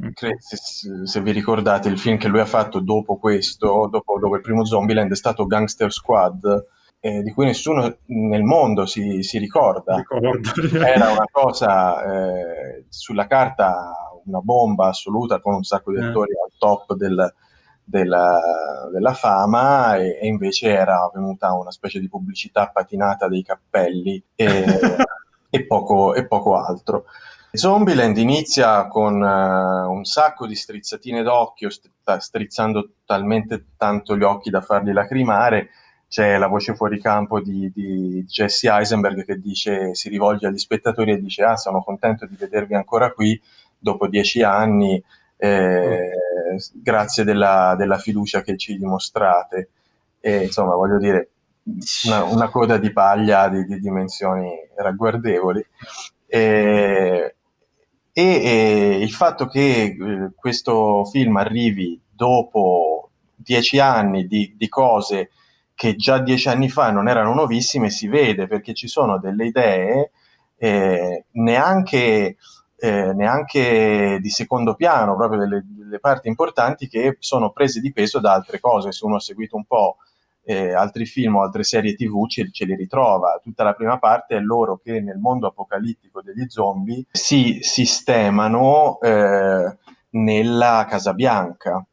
S4: se vi ricordate, il film che lui ha fatto dopo questo, dopo il primo Zombieland, è stato Gangster Squad, di cui nessuno nel mondo si ricorda. Era una cosa sulla carta, una bomba assoluta, con un sacco di attori al top della fama, e invece era venuta una specie di pubblicità patinata dei cappelli e poco altro. Zombieland inizia con un sacco di strizzatine d'occhio, strizzando talmente tanto gli occhi da farli lacrimare. C'è la voce fuori campo di Jesse Eisenberg che si rivolge agli spettatori e dice: ah, sono contento di vedervi ancora qui dopo 10 anni, grazie della fiducia che ci dimostrate. E, insomma, voglio dire, una coda di paglia di dimensioni ragguardevoli. E il fatto che questo film arrivi dopo 10 anni di cose che già 10 anni fa non erano nuovissime si vede, perché ci sono delle idee neanche di secondo piano, proprio delle parti importanti che sono prese di peso da altre cose. Se uno ha seguito un po' altri film o altre serie TV ce li ritrova. Tutta la prima parte è loro che nel mondo apocalittico degli zombie si sistemano nella Casa Bianca.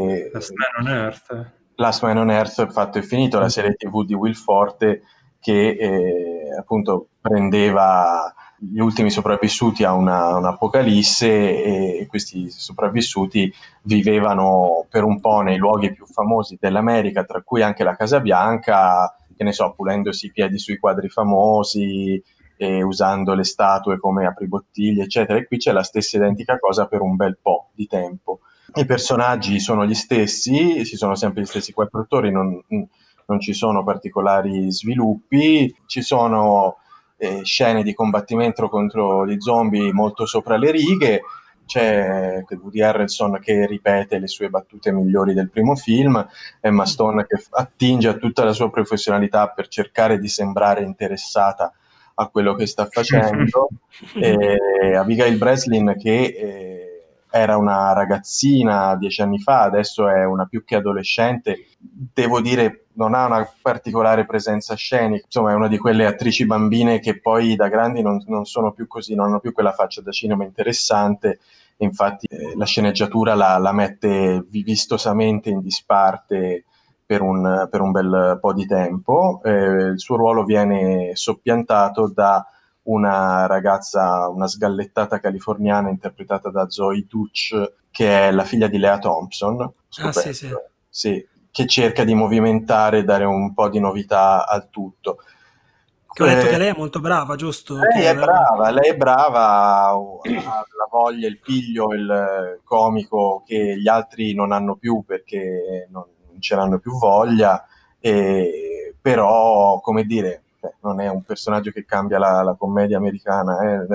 S4: Last Man on Earth fatto e finito, la serie TV di Will Forte che appunto prendeva gli ultimi sopravvissuti a un'apocalisse, e questi sopravvissuti vivevano per un po' nei luoghi più famosi dell'America, tra cui anche la Casa Bianca, che ne so, pulendosi i piedi sui quadri famosi e usando le statue come apribottiglie, eccetera. E qui c'è la stessa identica cosa per un bel po' di tempo. I personaggi sono gli stessi, ci sono sempre gli stessi 4 attori, non ci sono particolari sviluppi, ci sono scene di combattimento contro gli zombie molto sopra le righe. C'è Woody Harrelson che ripete le sue battute migliori del primo film, Emma Stone che attinge a tutta la sua professionalità per cercare di sembrare interessata a quello che sta facendo, e Abigail Breslin che era una ragazzina 10 anni fa, adesso è una più che adolescente. Devo dire, non ha una particolare presenza scenica, insomma è una di quelle attrici bambine che poi da grandi non sono più così, non hanno più quella faccia da cinema interessante. Infatti la sceneggiatura la mette vistosamente in disparte per un bel po' di tempo. Il suo ruolo viene soppiantato da una ragazza, una sgallettata californiana interpretata da Zoe Deutch, che è la figlia di Lea Thompson, sì, che cerca di movimentare, dare un po' di novità al tutto.
S3: Che ho detto che lei è molto brava, giusto?
S4: Lei è brava, ha la voglia, il piglio, il comico che gli altri non hanno più perché non ce l'hanno più voglia, però, come dire, non è un personaggio che cambia la commedia americana,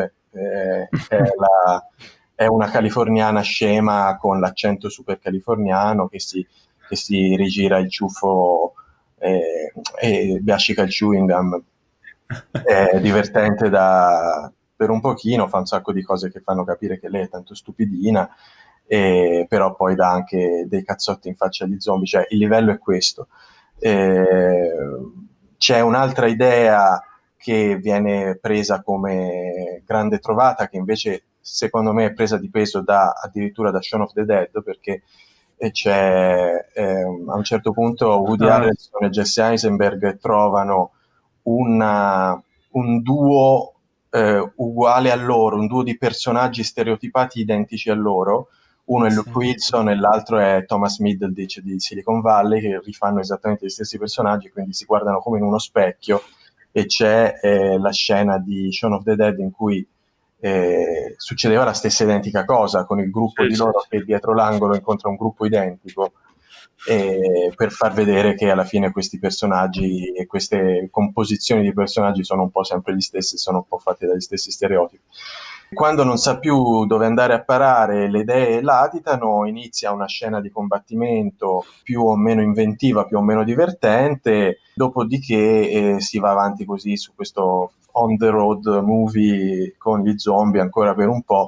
S4: è una californiana scema con l'accento super californiano che si rigira il ciuffo e biascica il chewing gum. È divertente per un pochino, fa un sacco di cose che fanno capire che lei è tanto stupidina, però poi dà anche dei cazzotti in faccia agli zombie, cioè il livello è questo. C'è un'altra idea che viene presa come grande trovata, che invece secondo me è presa di peso addirittura da Shaun of the Dead, perché c'è a un certo punto Woody Harrelson e Jesse Eisenberg trovano un duo uguale a loro, un duo di personaggi stereotipati identici a loro. Uno è Luke Wilson e l'altro è Thomas Middleditch di Silicon Valley, che rifanno esattamente gli stessi personaggi, quindi si guardano come in uno specchio. E c'è la scena di Shaun of the Dead in cui succedeva la stessa identica cosa, con il gruppo di loro che dietro l'angolo incontra un gruppo identico, per far vedere che alla fine questi personaggi e queste composizioni di personaggi sono un po' sempre gli stessi, sono un po' fatte dagli stessi stereotipi. Quando non sa più dove andare a parare, le idee latitano, inizia una scena di combattimento più o meno inventiva, più o meno divertente, dopodiché si va avanti così su questo on the road movie con gli zombie ancora per un po',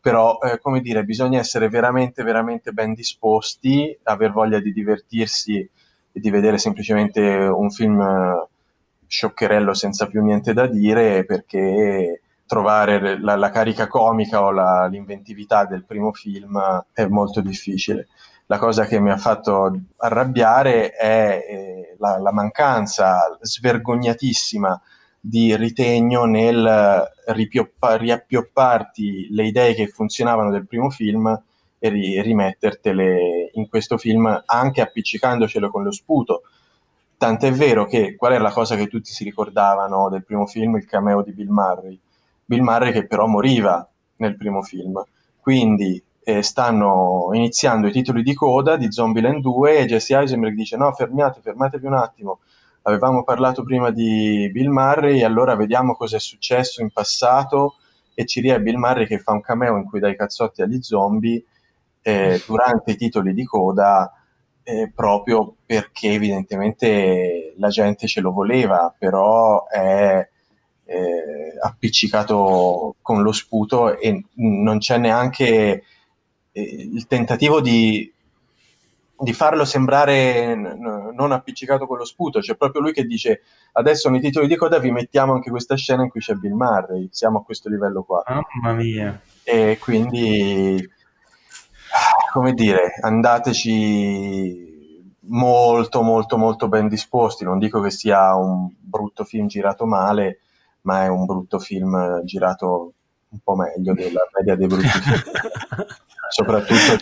S4: però come dire, bisogna essere veramente, veramente ben disposti, aver voglia di divertirsi e di vedere semplicemente un film scioccherello senza più niente da dire, perché trovare la carica comica o l'inventività del primo film è molto difficile. La cosa che mi ha fatto arrabbiare è la mancanza svergognatissima di ritegno nel riappiopparti le idee che funzionavano del primo film e rimettertele in questo film, anche appiccicandocelo con lo sputo. Tant'è vero che qual era la cosa che tutti si ricordavano del primo film? Il cameo di Bill Murray. Bill Murray che però moriva nel primo film. Quindi stanno iniziando i titoli di coda di Zombieland 2 e Jesse Eisenberg dice no, fermatevi un attimo. Avevamo parlato prima di Bill Murray, allora vediamo cosa è successo in passato, e ci è Bill Murray che fa un cameo in cui dà i cazzotti agli zombie durante i titoli di coda, proprio perché evidentemente la gente ce lo voleva, però è appiccicato con lo sputo e non c'è neanche il tentativo di farlo sembrare non appiccicato con lo sputo. C'è proprio lui che dice adesso nei titoli di coda vi mettiamo anche questa scena in cui c'è Bill Murray, siamo a questo livello qua.
S2: Mamma mia.
S4: E quindi, come dire, andateci molto molto molto ben disposti. Non dico che sia un brutto film girato male, ma è un brutto film girato un po' meglio della media dei brutti film. Soprattutto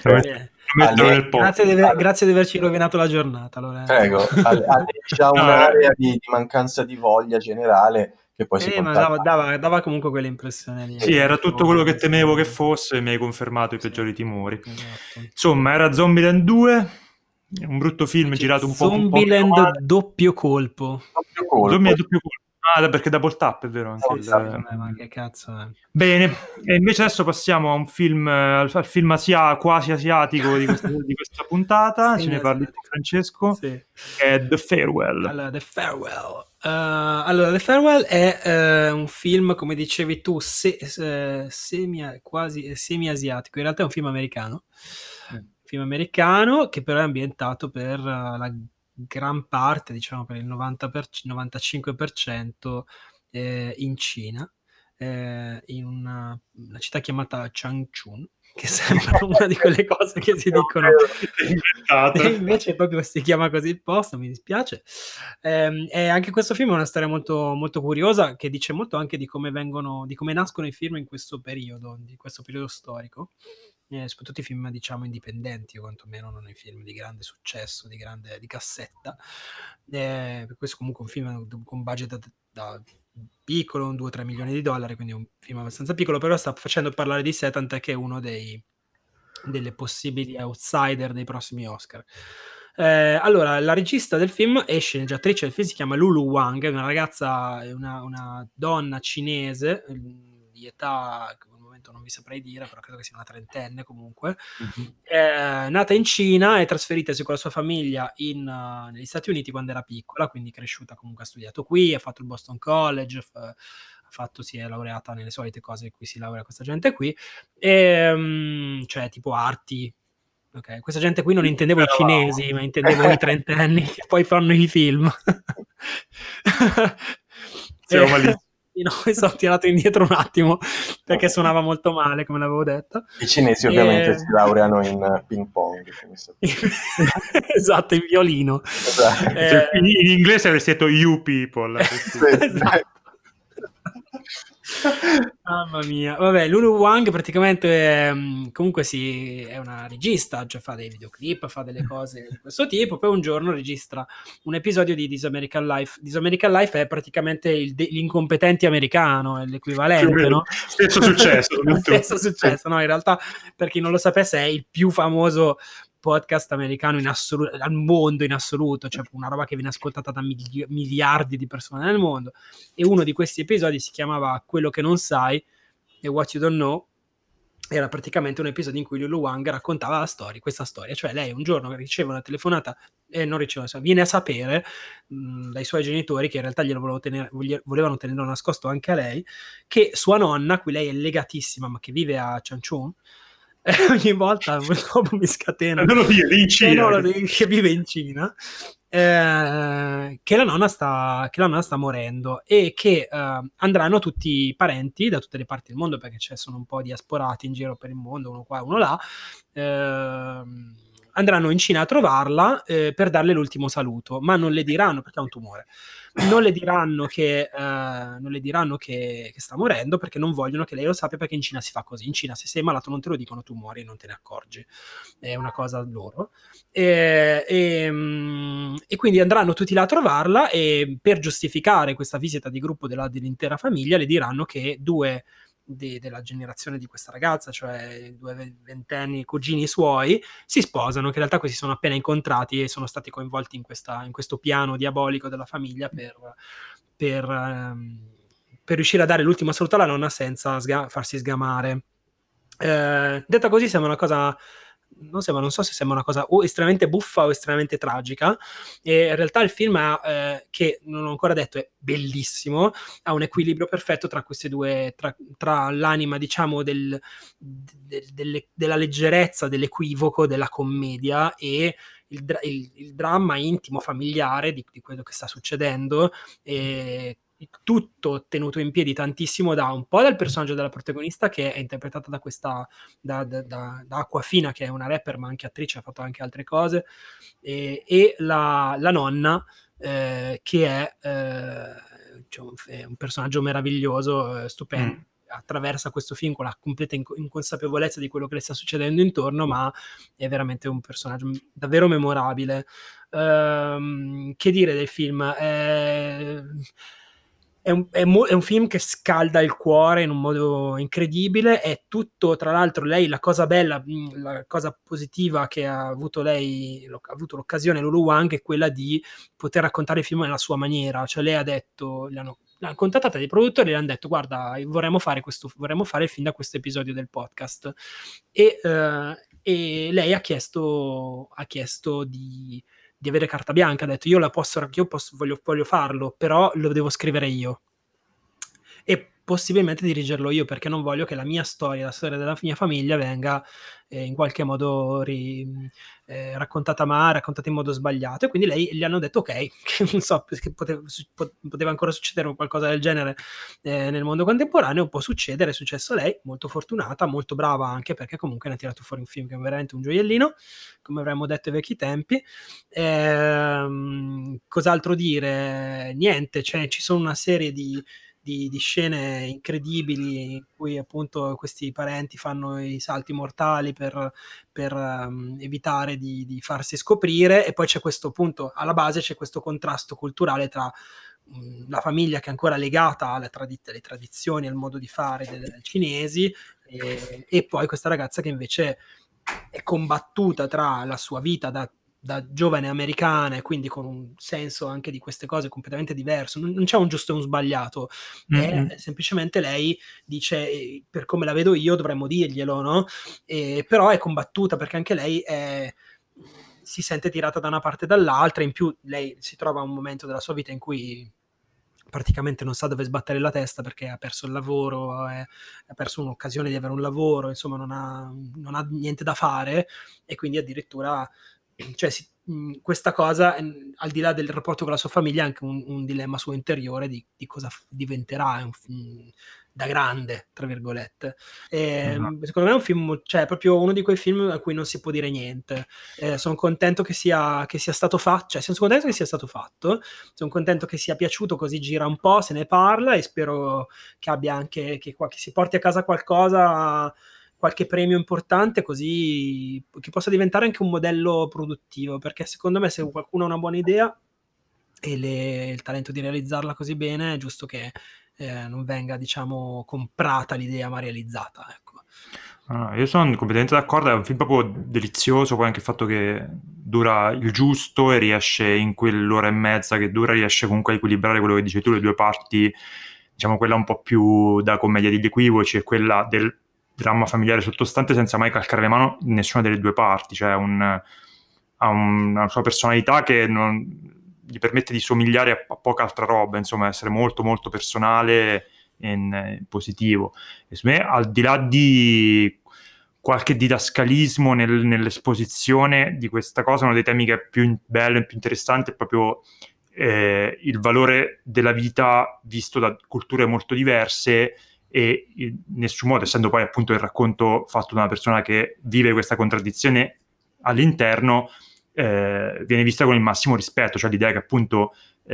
S3: grazie di averci rovinato la giornata, Lorenzo.
S4: Prego, c'ha un'area di mancanza di voglia generale che poi si
S3: ma dava comunque quell'impressione lì.
S2: Sì, era tutto quello che temevo che fosse e mi hai confermato i peggiori timori. Esatto. Insomma, era Zombieland 2, un brutto film girato un po'
S3: Zombieland doppio colpo.
S2: Zombieland doppio colpo. Ah, perché Double Tap, è vero? Anche
S3: ma che cazzo è?
S2: Bene, e invece adesso passiamo a un film, al film quasi asiatico di questa puntata. Ce ne parli tu, Francesco? Sì. Che è The Farewell.
S3: Allora, The Farewell. The Farewell è un film, come dicevi tu, quasi semi-asiatico. In realtà è un film americano. Film americano che però è ambientato per la gran parte, diciamo per il 95% in Cina, in una città chiamata Changchun, che sembra una di quelle cose che si dicono e invece proprio si chiama così il posto, mi dispiace. E anche questo film è una storia molto, molto curiosa, che dice molto anche di come nascono i film in questo periodo storico. Soprattutto i film, diciamo, indipendenti, o quantomeno non i film di grande successo, di cassetta. Per questo comunque un film con un budget da piccolo, un 2-3 milioni di dollari, quindi un film abbastanza piccolo, però sta facendo parlare di sé, tant'è che è uno delle possibili outsider dei prossimi Oscar. Allora, la regista del film e sceneggiatrice del film si chiama Lulu Wang, è una ragazza, una donna cinese di età, non vi saprei dire, però credo che sia una trentenne comunque, nata in Cina e trasferitasi con la sua famiglia negli Stati Uniti quando era piccola, quindi cresciuta, comunque ha studiato qui, ha fatto il Boston College, si è laureata nelle solite cose in cui si laurea questa gente qui, cioè tipo arti. Okay. Questa gente qui non intendevo i cinesi, ma intendevo i trentenni che poi fanno i film.
S2: Siamo malissimo.
S3: No, mi sono tirato indietro un attimo perché suonava molto male, come l'avevo detto.
S4: I cinesi ovviamente si laureano in ping pong.
S3: Esatto, in violino.
S4: Esatto.
S2: In inglese avresti detto you people.
S3: Esatto. Mamma mia. Vabbè, Lulu Wang praticamente comunque è una regista, cioè fa dei videoclip, fa delle cose di questo tipo, poi un giorno registra un episodio di This American Life. This American Life è praticamente l'incompetente americano, è l'equivalente, no?
S2: Stesso
S3: successo, no? In realtà, per chi non lo sapesse, è il più famoso podcast americano al mondo in assoluto, cioè una roba che viene ascoltata da miliardi di persone nel mondo, e uno di questi episodi si chiamava Quello che non sai e What You Don't Know, era praticamente un episodio in cui Lulu Wang raccontava questa storia, cioè lei un giorno riceve una telefonata e non riceve, viene a sapere dai suoi genitori, che in realtà volevano tenerlo nascosto anche a lei, che sua nonna, a cui lei è legatissima ma che vive a Changchun, ogni volta dopo mi scatena
S2: non lo dire, in Cina,
S3: che vive in Cina, che la nonna sta morendo e che andranno tutti i parenti da tutte le parti del mondo, perché sono un po' diasporati in giro per il mondo, uno qua, uno là, andranno in Cina a trovarla per darle l'ultimo saluto, ma non le diranno, perché ha un tumore, non le diranno che sta morendo, perché non vogliono che lei lo sappia, perché in Cina si fa così. In Cina se sei malato non te lo dicono, tu muori e non te ne accorgi, è una cosa loro. E quindi andranno tutti là a trovarla, e per giustificare questa visita di gruppo dell'intera famiglia le diranno che due della generazione di questa ragazza, cioè 2 ventenni cugini suoi, si sposano, che in realtà questi sono appena incontrati e sono stati coinvolti in questo piano diabolico della famiglia per riuscire a dare l'ultimo saluto alla nonna senza farsi sgamare. Detta così sembra una cosa, non so se sembra una cosa o estremamente buffa o estremamente tragica, e in realtà il film che non ho ancora detto, è bellissimo, ha un equilibrio perfetto tra queste due, tra l'anima, diciamo, della leggerezza, dell'equivoco, della commedia, e il dramma intimo familiare di quello che sta succedendo, e tutto tenuto in piedi tantissimo da un po' dal personaggio della protagonista, che è interpretata da Aquafina, che è una rapper ma anche attrice, ha fatto anche altre cose, e la nonna, che è un personaggio meraviglioso, stupendo. Attraversa questo film con la completa inconsapevolezza di quello che le sta succedendo intorno, ma è veramente un personaggio davvero memorabile. Che dire del film? È un film che scalda il cuore in un modo incredibile. È tutto, tra l'altro, lei, la cosa bella, la cosa positiva che ha avuto l'occasione Lulu Wang, è quella di poter raccontare il film nella sua maniera. Cioè lei ha detto, l'hanno contattata dei produttori e le hanno detto: guarda, vorremmo fare il film da questo episodio del podcast, e lei ha chiesto di avere carta bianca, ha detto: io voglio farlo, però lo devo scrivere io e possibilmente dirigerlo io, perché non voglio che la mia storia, la storia della mia famiglia venga in qualche modo raccontata in modo sbagliato. E quindi gli hanno detto ok, che non so, perché poteva ancora succedere qualcosa del genere nel mondo contemporaneo, può succedere, è successo a lei, molto fortunata, molto brava anche, perché comunque ne ha tirato fuori un film che è veramente un gioiellino, come avremmo detto ai vecchi tempi. Cos'altro dire? Niente, cioè, ci sono una serie di scene incredibili in cui appunto questi parenti fanno i salti mortali per evitare di farsi scoprire, e poi c'è questo punto, alla base c'è questo contrasto culturale tra la famiglia che è ancora legata alle tradizioni, al modo di fare dei cinesi, e poi questa ragazza che invece è combattuta tra la sua vita da giovane americana, e quindi con un senso anche di queste cose completamente diverso. Non c'è un giusto e un sbagliato, semplicemente lei dice: per come la vedo io dovremmo dirglielo, no? Però è combattuta, perché anche lei si sente tirata da una parte e dall'altra. In più lei si trova a un momento della sua vita in cui praticamente non sa dove sbattere la testa, perché ha perso il lavoro, ha perso un'occasione di avere un lavoro, insomma non ha niente da fare, e quindi addirittura, cioè, questa cosa, al di là del rapporto con la sua famiglia, è anche un dilemma suo interiore di cosa diventerà da grande, tra virgolette. Secondo me è un film, cioè, proprio uno di quei film a cui non si può dire niente. Sono contento che sia stato fatto, cioè sono contento che sia stato fatto, sono contento che sia piaciuto, così gira un po', se ne parla, e spero che abbia anche che si porti a casa qualcosa, qualche premio importante, così che possa diventare anche un modello produttivo, perché secondo me se qualcuno ha una buona idea e il talento di realizzarla così bene, è giusto che non venga, diciamo, comprata l'idea ma realizzata, ecco.
S2: Io sono completamente d'accordo, è un film proprio delizioso, poi anche il fatto che dura il giusto e riesce, in quell'ora e mezza che dura, riesce comunque a equilibrare quello che dici tu, le due parti, diciamo quella un po' più da commedia degli equivoci e quella del dramma familiare sottostante senza mai calcare le mani in nessuna delle due parti, cioè ha una sua personalità che gli permette di somigliare a poca altra roba, insomma, essere molto molto personale e positivo. E secondo me, al di là di qualche didascalismo nell'esposizione di questa cosa, uno dei temi che è più bello e più interessante è proprio il valore della vita visto da culture molto diverse, e in nessun modo, essendo poi appunto il racconto fatto da una persona che vive questa contraddizione all'interno, viene vista con il massimo rispetto, cioè l'idea che appunto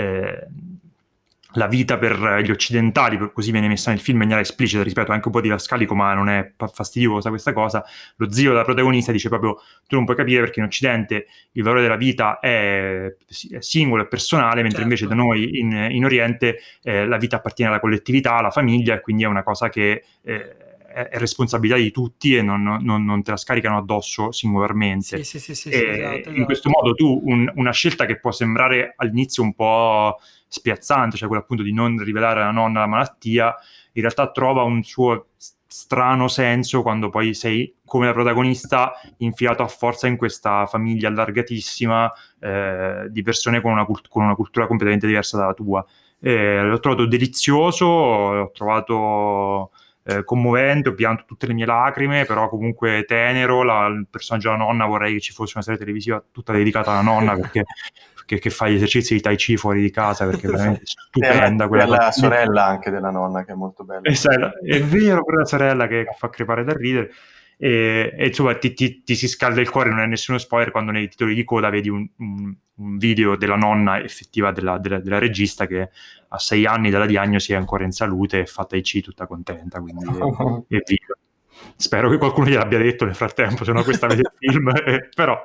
S2: la vita per gli occidentali, così viene messa nel film in maniera esplicita, rispetto anche un po' didascalico, ma non è fastidiosa questa cosa. Lo zio della protagonista dice proprio: tu non puoi capire perché in Occidente il valore della vita è singolo e personale, mentre invece da noi in Oriente la vita appartiene alla collettività, alla famiglia, e quindi è una cosa che è responsabilità di tutti e non te la scaricano addosso singolarmente.
S3: Sì,
S2: esatto. In questo modo tu una scelta che può sembrare all'inizio un po' spiazzante, cioè quella appunto di non rivelare alla nonna la malattia, in realtà trova un suo strano senso quando poi sei, come la protagonista, infilato a forza in questa famiglia allargatissima di persone con una cultura completamente diversa dalla tua. L'ho trovato delizioso, l'ho trovato commovente, ho pianto tutte le mie lacrime, però comunque tenero. Il personaggio della nonna, vorrei che ci fosse una serie televisiva tutta dedicata alla nonna, perché che fa gli esercizi di Tai Chi fuori di casa, perché è veramente stupenda quella
S4: la sorella anche della nonna, che è molto bella.
S2: È vero, quella sorella che fa crepare da ridere. E insomma ti si scalda il cuore. Non è nessuno spoiler quando nei titoli di coda vedi un video della nonna effettiva della regista, che a 6 anni dalla diagnosi è ancora in salute e fa Tai Chi tutta contenta, quindi è viva. Spero che qualcuno gliel'abbia detto nel frattempo, se no questa vede il film, però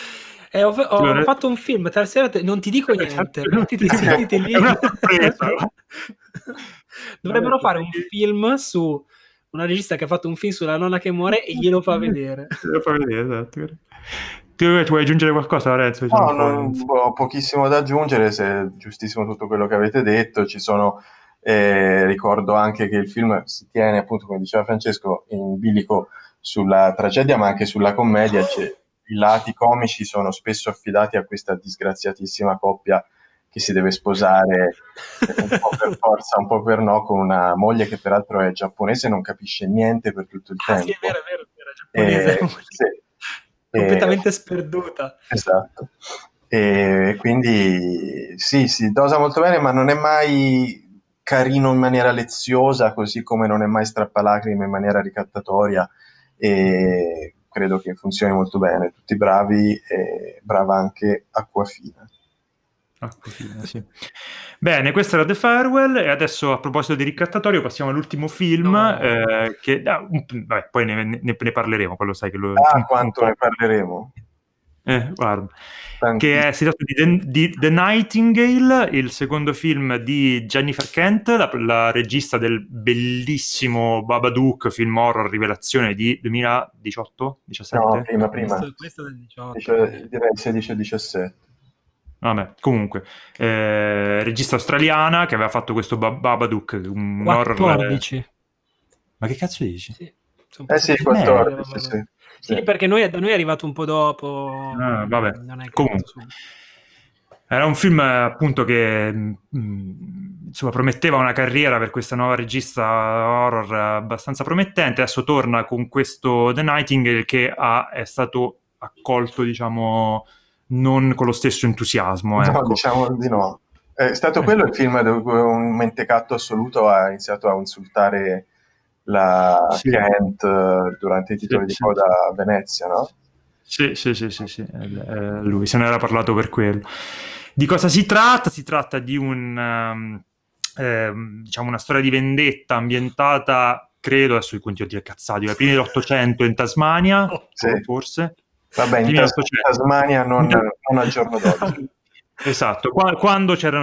S3: ho fatto un film, non ti dico niente, mettiti lì.
S2: È una sorpresa.
S3: Dovrebbero fare un film su una regista che ha fatto un film sulla nonna che muore e glielo fa vedere.
S2: Lo fa vedere, esatto. Tu vuoi aggiungere qualcosa, Lorenzo?
S4: No, ho pochissimo da aggiungere, se è giustissimo tutto quello che avete detto. Ci sono, ricordo anche che il film si tiene, appunto, come diceva Francesco, in bilico sulla tragedia ma anche sulla commedia. I lati comici sono spesso affidati a questa disgraziatissima coppia che si deve sposare un po' per forza, un po' per no, con una moglie che peraltro è giapponese e non capisce niente per tutto il tempo.
S3: Sì, è vero, è giapponese.
S4: Sì.
S3: Completamente sperduta.
S4: Esatto. E quindi sì, si dosa molto bene, ma non è mai carino in maniera leziosa, così come non è mai strappalacrime in maniera ricattatoria, e credo che funzioni molto bene. Tutti bravi, e brava anche Acquafina.
S2: Sì. Bene, questo era The Farewell, e adesso, a proposito di ricattatorio, passiamo all'ultimo film. Che vabbè, poi ne parleremo, quello sai che
S4: quanto ne parleremo?
S2: Guarda, che si tratta di The Nightingale, il secondo film di Jennifer Kent, la regista del bellissimo Babadook, film horror rivelazione di 2018? 17?
S4: No, prima.
S3: Questo del 18.
S4: Direi 16 o 17.
S2: Vabbè, comunque, regista australiana che aveva fatto questo Babadook, un
S3: 14.
S2: horror. Ma che cazzo dici?
S4: Sì, 14.
S3: Sì, perché da noi è arrivato un po' dopo.
S2: Vabbè.
S3: Non è
S2: comunque. Era un film appunto che insomma prometteva una carriera per questa nuova regista horror abbastanza promettente. Adesso torna con questo The Nightingale, che è stato accolto, diciamo, non con lo stesso entusiasmo.
S4: No, diciamo di no. È stato quello il film dove un mentecatto assoluto ha iniziato a insultare la Kent durante i titoli di coda a Venezia, no?
S2: Sì, lui se ne era parlato per quello. Di cosa si tratta? Si tratta di diciamo una storia di vendetta ambientata, credo, adesso vi continuo a dire cazzati, ai primi dell'Ottocento in Tasmania, forse.
S4: Vabbè, in Tasmania non al giorno d'oggi.
S2: Esatto, quando c'erano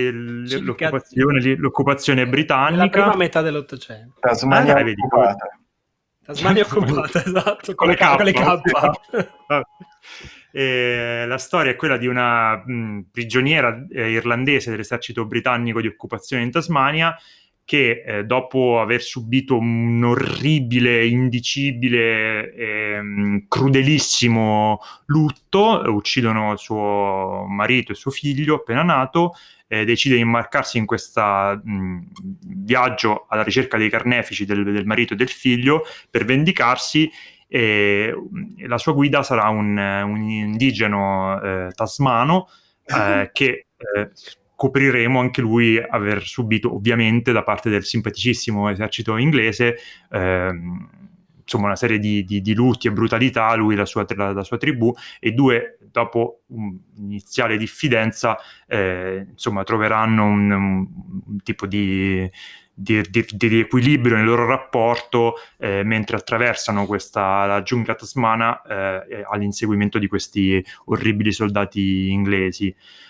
S2: l'occupazione britannica.
S3: La prima metà dell'Ottocento.
S4: Tasmania occupata.
S3: Tasmania occupata, esatto, con le K.
S2: La storia è quella di una prigioniera irlandese dell'esercito britannico di occupazione in Tasmania, che dopo aver subito un orribile, indicibile, crudelissimo lutto, uccidono suo marito e suo figlio appena nato, decide di imbarcarsi in questo viaggio alla ricerca dei carnefici del marito e del figlio per vendicarsi. La sua guida sarà un indigeno tasmano che scopriremo anche lui aver subito, ovviamente, da parte del simpaticissimo esercito inglese, insomma, una serie di lutti e brutalità, lui e la sua tribù, e due, dopo un'iniziale diffidenza, insomma, troveranno un tipo di equilibrio nel loro rapporto, mentre attraversano la giungla tasmana all'inseguimento di questi orribili soldati inglesi.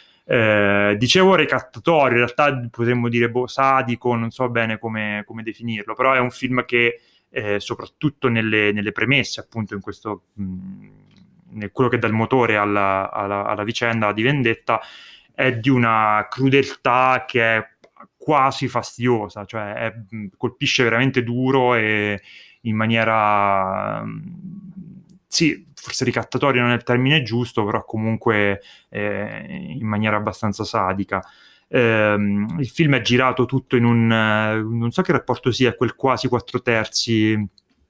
S2: Dicevo ricattatorio, in realtà potremmo dire sadico, non so bene come definirlo, però è un film che soprattutto nelle premesse, appunto, in questo quello che dà il motore alla vicenda di vendetta, è di una crudeltà che è quasi fastidiosa, cioè colpisce veramente duro e in maniera sì, forse ricattatorio non è il termine giusto, però comunque in maniera abbastanza sadica. Il film è girato tutto in non so che rapporto sia, quel quasi 4/3,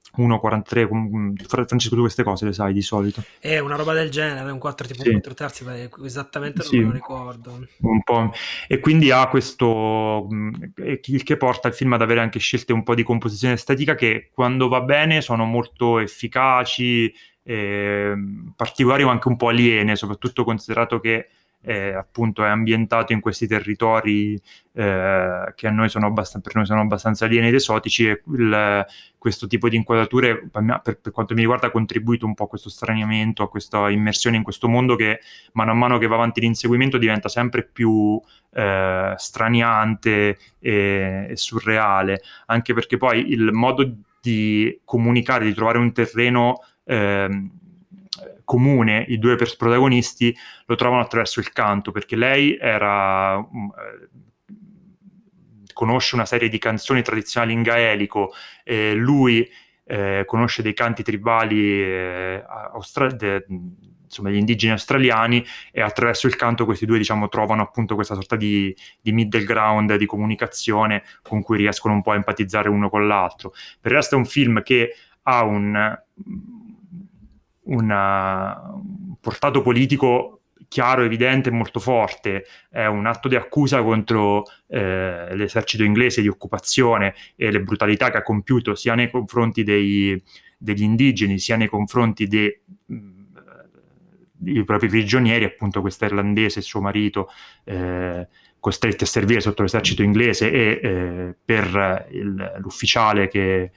S2: 1:43. Francesco, tu queste cose le sai di solito?
S3: È una roba del genere, un 4 tipo 4/3, esattamente non me lo ricordo.
S2: Un po'. E quindi ha questo, il che porta il film ad avere anche scelte un po' di composizione estetica che, quando va bene, sono molto efficaci, particolari o anche un po' aliene, soprattutto considerato che appunto è ambientato in questi territori che per noi sono abbastanza alieni ed esotici, e questo tipo di inquadrature per quanto mi riguarda ha contribuito un po' a questo straniamento, a questa immersione in questo mondo che mano a mano che va avanti l'inseguimento diventa sempre più straniante e surreale, anche perché poi il modo di comunicare, di trovare un terreno comune, i due protagonisti lo trovano attraverso il canto, perché lei conosce una serie di canzoni tradizionali in gaelico, lui conosce dei canti tribali insomma gli indigeni australiani, e attraverso il canto questi due, diciamo, trovano appunto questa sorta di middle ground di comunicazione con cui riescono un po' a empatizzare uno con l'altro. Per il resto è un film che ha un portato politico chiaro, evidente e molto forte. È un atto di accusa contro l'esercito inglese di occupazione e le brutalità che ha compiuto sia nei confronti degli indigeni sia nei confronti dei propri prigionieri, appunto questa irlandese e suo marito costretti a servire sotto l'esercito inglese, e per l'ufficiale che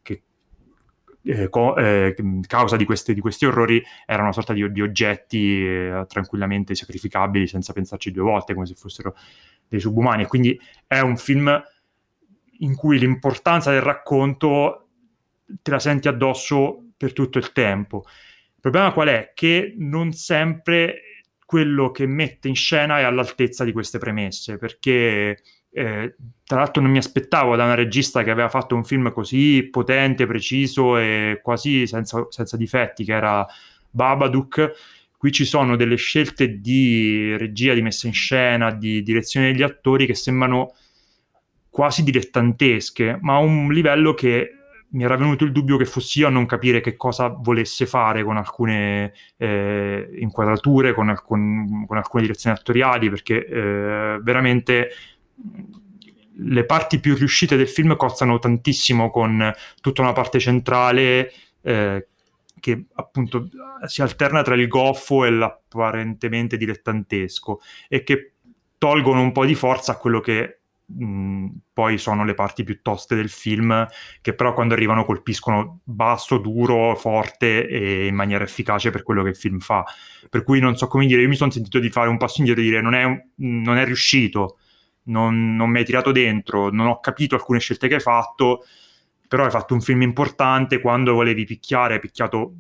S2: causa di questi orrori era una sorta di oggetti tranquillamente sacrificabili senza pensarci due volte, come se fossero dei subumani. E quindi è un film in cui l'importanza del racconto te la senti addosso per tutto il tempo. Il problema qual è? Che non sempre quello che mette in scena è all'altezza di queste premesse, perché tra l'altro non mi aspettavo da una regista che aveva fatto un film così potente, preciso e quasi senza difetti, che era Babadook. Qui ci sono delle scelte di regia, di messa in scena, di direzione degli attori che sembrano quasi dilettantesche, ma a un livello che mi era venuto il dubbio che fossi io a non capire che cosa volesse fare con alcune inquadrature, con alcune direzioni attoriali, perché veramente le parti più riuscite del film cozzano tantissimo con tutta una parte centrale che appunto si alterna tra il goffo e l'apparentemente dilettantesco, e che tolgono un po' di forza a quello che poi sono le parti più toste del film, che però quando arrivano colpiscono basso, duro, forte e in maniera efficace per quello che il film fa. Per cui non so come dire, io mi sono sentito di fare un passo indietro e dire non è riuscito, non mi hai tirato dentro, non ho capito alcune scelte che hai fatto, però hai fatto un film importante. Quando volevi picchiare hai picchiato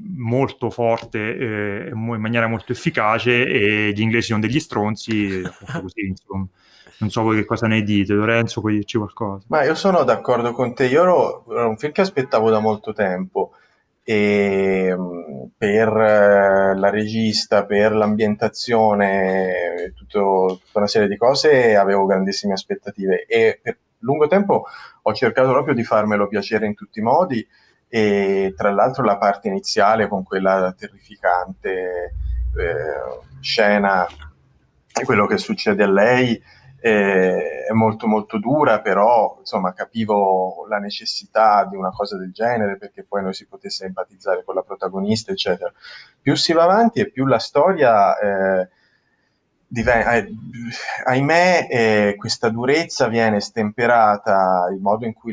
S2: molto forte in maniera molto efficace, e gli inglesi sono degli stronzi, così, insomma. Non so voi che cosa ne dite. Lorenzo, puoi dirci qualcosa?
S4: Ma io sono d'accordo con te, era un film che aspettavo da molto tempo, e per la regista, per l'ambientazione, tutta una serie di cose avevo grandissime aspettative, e per lungo tempo ho cercato proprio di farmelo piacere in tutti i modi, e tra l'altro la parte iniziale con quella terrificante scena di quello che succede a lei è molto molto dura, però insomma capivo la necessità di una cosa del genere perché poi noi si potesse empatizzare con la protagonista, eccetera. Più si va avanti e più la storia ahimè, questa durezza viene stemperata, il modo in cui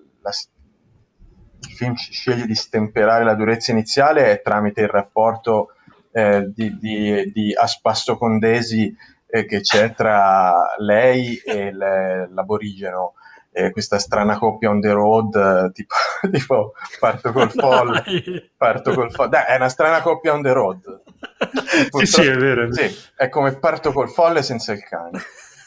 S4: il film sceglie di stemperare la durezza iniziale è tramite il rapporto di a spasso condesi che c'è tra lei e l'aborigeno, questa strana coppia on the road, tipo parto col folle, dai, è una strana coppia on the road.
S2: Sì, è vero.
S4: Sì, è come parto col folle senza il cane.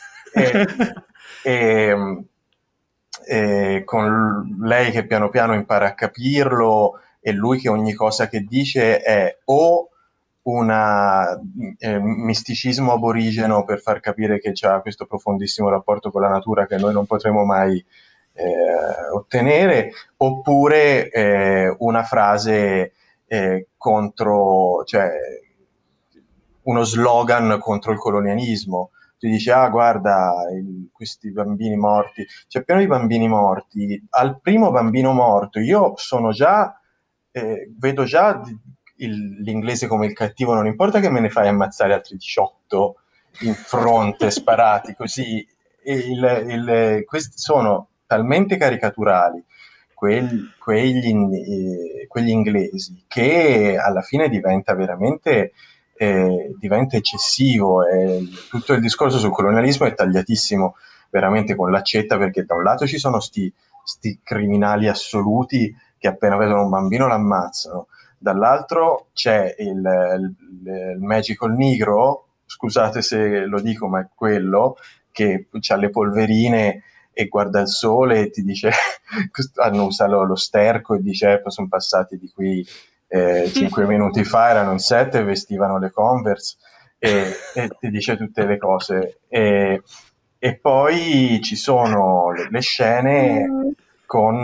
S4: E con lei che piano piano impara a capirlo, e lui che ogni cosa che dice è o un misticismo aborigeno per far capire che c'ha questo profondissimo rapporto con la natura che noi non potremo mai ottenere, oppure una frase contro, cioè uno slogan contro il colonialismo. Ti dice, guarda, questi bambini morti, c'è pieno di bambini morti. Al primo bambino morto io sono già, vedo già l'inglese come il cattivo, non importa che me ne fai ammazzare altri 18 in fronte, sparati così. Questi sono talmente caricaturali, quegli inglesi, che alla fine diventa veramente diventa eccessivo, e tutto il discorso sul colonialismo è tagliatissimo veramente con l'accetta, perché da un lato ci sono sti criminali assoluti che appena vedono un bambino l'ammazzano, dall'altro c'è il magical negro, scusate se lo dico, ma è quello che ha le polverine e guarda il sole e ti dice annusa lo sterco e dice sono passati di qui 5 minuti fa, erano in 7 e vestivano le Converse, e ti dice tutte le cose, e poi ci sono le scene con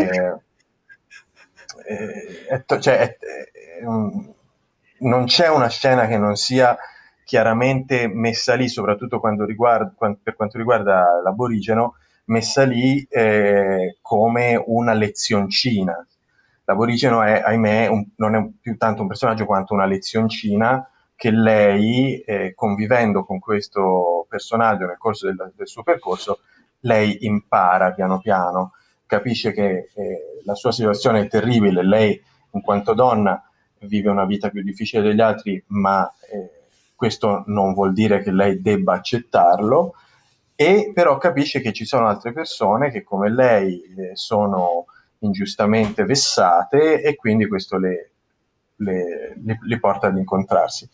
S4: non c'è una scena che non sia chiaramente messa lì, soprattutto per quanto riguarda l'aborigeno, messa lì come una lezioncina. L'aborigeno è, ahimè, non è più tanto un personaggio quanto una lezioncina che lei, convivendo con questo personaggio nel corso del suo percorso, lei impara piano piano, capisce che la sua situazione è terribile, lei in quanto donna vive una vita più difficile degli altri, ma questo non vuol dire che lei debba accettarlo, e però capisce che ci sono altre persone che come lei sono ingiustamente vessate, e quindi questo le porta ad incontrarsi.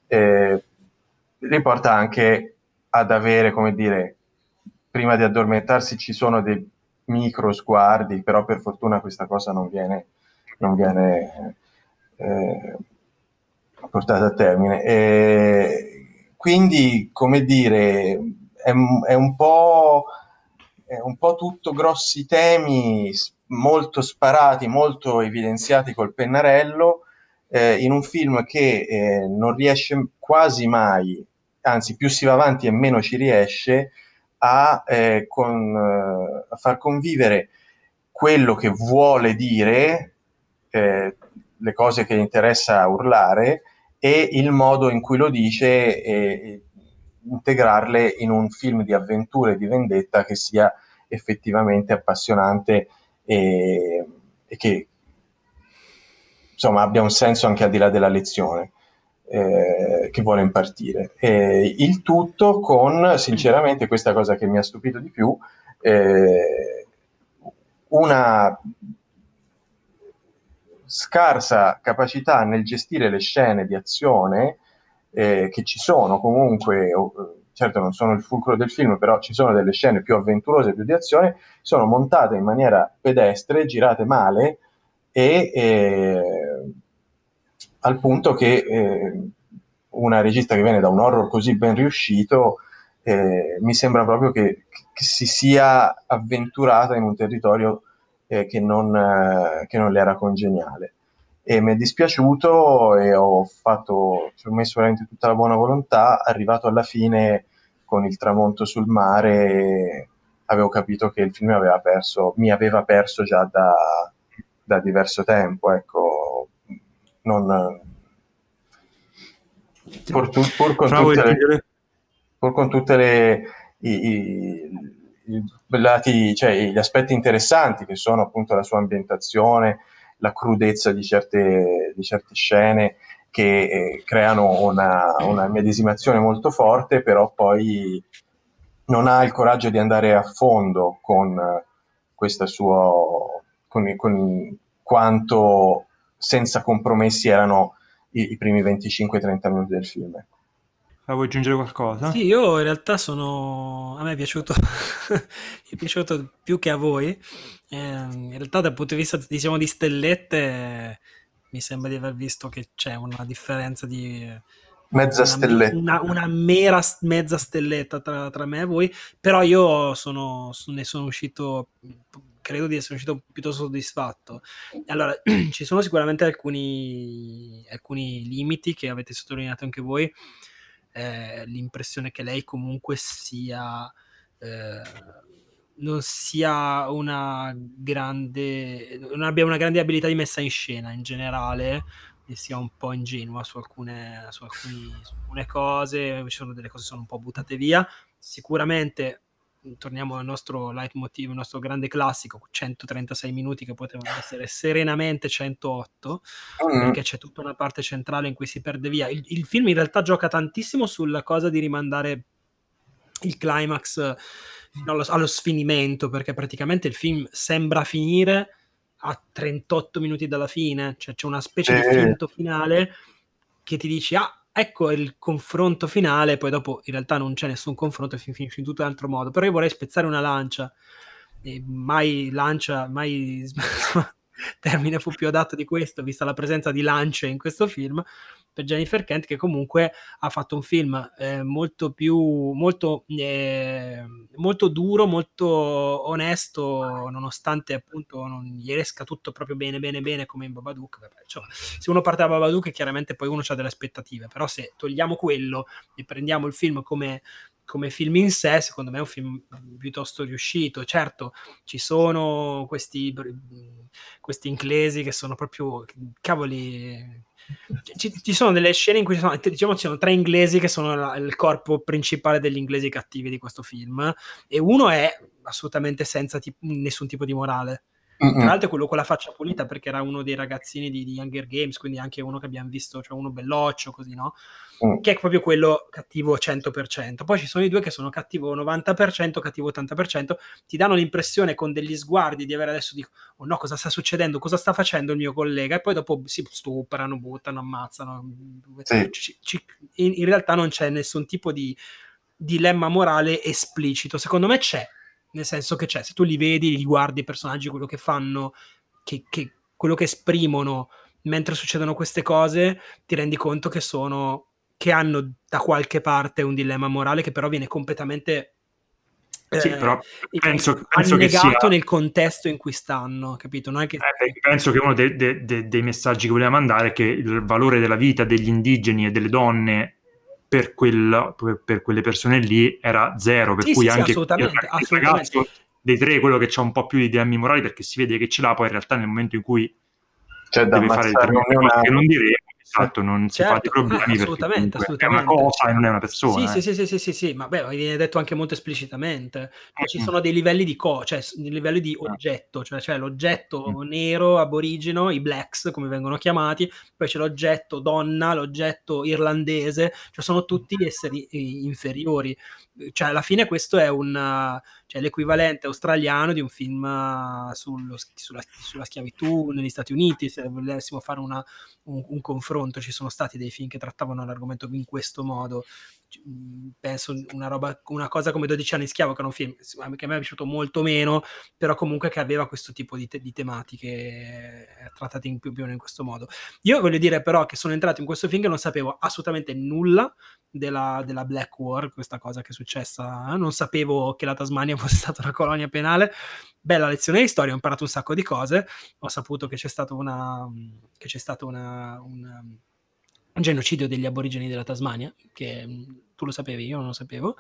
S4: Li porta anche ad avere, come dire, prima di addormentarsi ci sono dei micro sguardi, però per fortuna questa cosa non viene portata a termine. Quindi, come dire, è un po' tutto grossi temi molto sparati, molto evidenziati col pennarello, in un film che non riesce quasi mai, anzi più si va avanti e meno ci riesce a far convivere quello che vuole dire, le cose che interessa urlare, e il modo in cui lo dice, e integrarle in un film di avventure e di vendetta che sia effettivamente appassionante, e che insomma abbia un senso anche al di là della lezione che vuole impartire. Il tutto con, sinceramente, questa cosa che mi ha stupito di più, una scarsa capacità nel gestire le scene di azione che ci sono comunque, certo non sono il fulcro del film, però ci sono delle scene più avventurose, più di azione, sono montate in maniera pedestre, girate male e al punto che una regista che viene da un horror così ben riuscito mi sembra proprio che si sia avventurata in un territorio che non le era congeniale. E mi è dispiaciuto e ci ho messo veramente tutta la buona volontà. Arrivato alla fine con il tramonto sul mare, avevo capito che il film mi aveva perso già da diverso tempo. Ecco, non, pur con tutte le i lati, cioè, gli aspetti interessanti che sono appunto la sua ambientazione, la crudezza di certe scene che creano una medesimazione molto forte, però poi non ha il coraggio di andare a fondo con questa sua, con quanto senza compromessi erano i primi 25-30 minuti del film.
S2: Vuoi aggiungere qualcosa?
S3: Sì, io in realtà a me è piaciuto, mi è piaciuto più che a voi. In realtà dal punto di vista, diciamo, di stellette, mi sembra di aver visto che c'è una differenza di
S4: mezza stelletta.
S3: una mera mezza stelletta tra me e voi, però io ne sono uscito, credo di essere uscito piuttosto soddisfatto. Allora, ci sono sicuramente alcuni limiti che avete sottolineato anche voi. L'impressione che lei comunque non sia non abbia una grande abilità di messa in scena in generale, e sia un po' ingenua su alcune cose. Ci sono delle cose che sono un po' buttate via. Sicuramente torniamo al nostro leitmotiv, il nostro grande classico, 136 minuti che potevano essere serenamente 108, perché c'è tutta una parte centrale in cui si perde via. Il film in realtà gioca tantissimo sulla cosa di rimandare il climax fino allo sfinimento, perché praticamente il film sembra finire a 38 minuti dalla fine, cioè c'è una specie di finto finale che ti dici ecco il confronto finale, poi dopo in realtà non c'è nessun confronto e finisce in tutto un altro modo. Però io vorrei spezzare una lancia, e mai termine fu più adatto di questo, vista la presenza di lance in questo film, per Jennifer Kent, che comunque ha fatto un film molto duro, molto onesto, nonostante appunto non gli esca tutto proprio bene come in Babadook. Insomma, se uno parte da Babadook chiaramente poi uno ha delle aspettative, però se togliamo quello e prendiamo il film come film in sé, secondo me è un film piuttosto riuscito. Certo, ci sono questi inglesi che sono proprio cavoli. Ci sono delle scene in cui ci sono tre inglesi che sono il corpo principale degli inglesi cattivi di questo film, e uno è assolutamente senza nessun tipo di morale. Tra l'altro è quello con la faccia pulita, perché era uno dei ragazzini di Hunger Games, quindi anche uno che abbiamo visto, cioè uno belloccio così, no? Che è proprio quello cattivo 100%. Poi ci sono i due che sono cattivo 90%, cattivo 80%, ti danno l'impressione con degli sguardi di avere adesso oh no, cosa sta succedendo, cosa sta facendo il mio collega, e poi dopo si stuprano, buttano, ammazzano.
S4: Sì.
S3: In realtà non c'è nessun tipo di dilemma morale esplicito. Secondo me c'è, nel senso che c'è, se tu li vedi, li guardi i personaggi, quello che fanno, quello che esprimono mentre succedono queste cose, ti rendi conto che hanno da qualche parte un dilemma morale, che però viene completamente
S2: però penso
S3: annegato
S2: che sia
S3: nel contesto in cui stanno, capito? Non è che...
S2: penso che uno dei messaggi che voleva mandare è che il valore della vita degli indigeni e delle donne per quelle persone lì era zero, per cui anche
S3: assolutamente.
S2: il ragazzo dei tre, quello che c'ha un po' più di dilemmi morali, perché si vede che ce l'ha, poi in realtà nel momento in cui deve fare determinate cose che non diremo, esatto, non si fa dei problemi,
S3: assolutamente,
S2: perché è una cosa e non è una persona.
S3: Sì, ma beh, viene detto anche molto esplicitamente. Poi ci sono dei livelli di cioè dei livelli di oggetto, cioè l'oggetto nero aborigeno, i blacks come vengono chiamati, poi c'è l'oggetto donna, l'oggetto irlandese, cioè sono tutti esseri inferiori. cioè alla fine questo è cioè l'equivalente australiano di un film sulla schiavitù negli Stati Uniti. Se volessimo fare un confronto, ci sono stati dei film che trattavano l'argomento in questo modo. Penso una cosa come 12 anni schiavo, che era un film che a me è piaciuto molto meno, però comunque che aveva questo tipo di tematiche trattate in più o meno in questo modo. Io voglio dire però che sono entrato in questo film che non sapevo assolutamente nulla della Black War, questa cosa che è successa. Non sapevo che la Tasmania fosse stata una colonia penale. Bella lezione di storia, ho imparato un sacco di cose. Ho saputo che c'è stato un genocidio degli aborigeni della Tasmania, che tu lo sapevi, io non lo sapevo,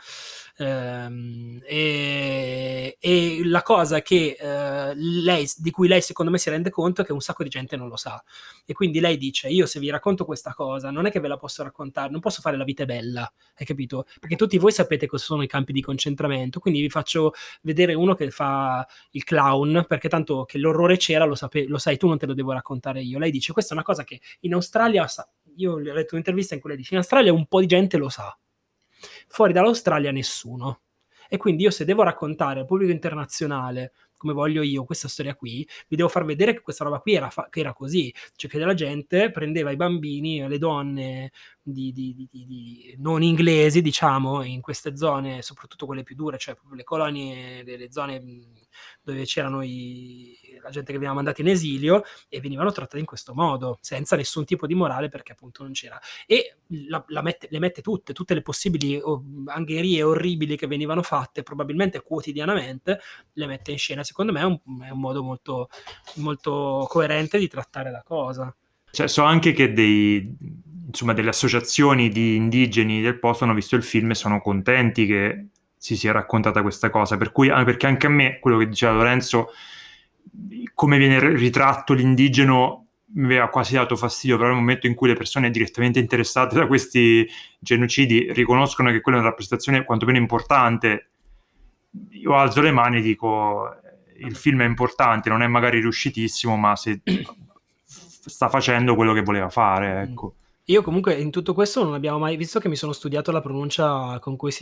S3: e la cosa che di cui lei secondo me si rende conto è che un sacco di gente non lo sa, e quindi lei dice: io se vi racconto questa cosa non è che ve la posso raccontare, non posso fare la vita bella, hai capito? Perché tutti voi sapete cosa sono i campi di concentramento, quindi vi faccio vedere uno che fa il clown, perché tanto che l'orrore c'era lo sai tu, non te lo devo raccontare io. Lei dice: questa è una cosa che in Australia io ho letto un'intervista in cui lei dice: in Australia un po' di gente lo sa, fuori dall'Australia nessuno. E quindi io, se devo raccontare al pubblico internazionale come voglio io questa storia qui, vi devo far vedere che questa roba qui che era così, cioè che la gente prendeva i bambini, le donne non inglesi, diciamo, in queste zone, soprattutto quelle più dure, cioè proprio le colonie, le zone dove c'erano la gente che veniva mandata in esilio, e venivano trattate in questo modo, senza nessun tipo di morale, perché appunto non c'era. E le mette tutte le possibili angherie orribili che venivano fatte, probabilmente quotidianamente, le mette in scena. Secondo me è un modo molto, molto coerente di trattare la cosa.
S2: Cioè, so anche che delle associazioni di indigeni del posto hanno visto il film e sono contenti che si sia raccontata questa cosa, perché anche a me, quello che diceva Lorenzo, come viene ritratto l'indigeno mi aveva quasi dato fastidio, però nel momento in cui le persone direttamente interessate da questi genocidi riconoscono che quella è una rappresentazione quantomeno importante, io alzo le mani e dico: il film è importante, non è magari riuscitissimo, ma se sta facendo quello che voleva fare, ecco.
S3: Io comunque in tutto questo non abbiamo mai visto, che mi sono studiato la pronuncia con cui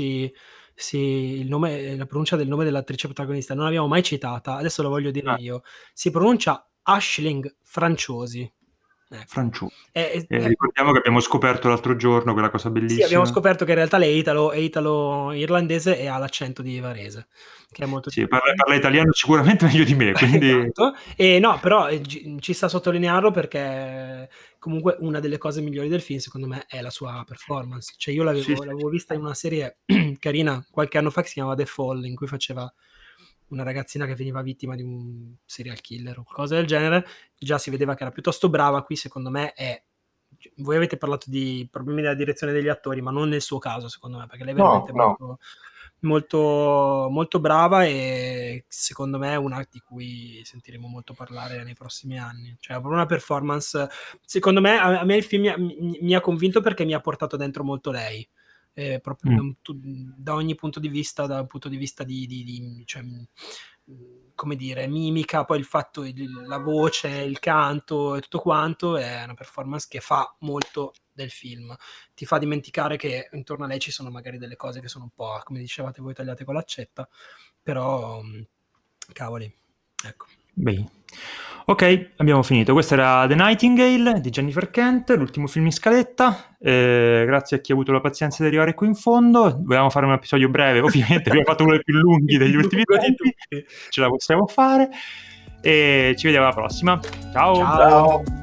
S3: la pronuncia del nome dell'attrice protagonista, non l'abbiamo mai citata, adesso lo voglio dire io. Si pronuncia Aisling Franciosi.
S2: Franciosi. Ricordiamo che abbiamo scoperto l'altro giorno quella cosa bellissima.
S3: Sì, abbiamo scoperto che in realtà lei è italo-irlandese e ha l'accento di Varese, che è molto
S2: parla italiano sicuramente meglio di me, quindi...
S3: Esatto. E no, però ci sta a sottolinearlo, perché comunque una delle cose migliori del film secondo me è la sua performance. Cioè io l'avevo vista in una serie carina qualche anno fa che si chiamava The Fall, in cui faceva una ragazzina che veniva vittima di un serial killer o qualcosa del genere. Già si vedeva che era piuttosto brava. Qui secondo me voi avete parlato di problemi della direzione degli attori, ma non nel suo caso secondo me, perché lei è veramente molto, molto, molto brava, e secondo me è una di cui sentiremo molto parlare nei prossimi anni. Cioè proprio una performance, secondo me, a me il film mi ha convinto perché mi ha portato dentro molto lei, proprio da ogni punto di vista, dal punto di vista cioè, come dire, mimica, poi il fatto, la voce, il canto e tutto quanto, è una performance che fa molto del film, ti fa dimenticare che intorno a lei ci sono magari delle cose che sono un po', come dicevate voi, tagliate con l'accetta, però cavoli, ecco.
S2: Bene. Ok, abbiamo finito. Questo era The Nightingale di Jennifer Kent, l'ultimo film in scaletta. Grazie a chi ha avuto la pazienza di arrivare qui in fondo. Volevamo fare un episodio breve, ovviamente abbiamo fatto uno dei più lunghi degli ultimi tempi, ce la possiamo fare, e ci vediamo alla prossima. Ciao.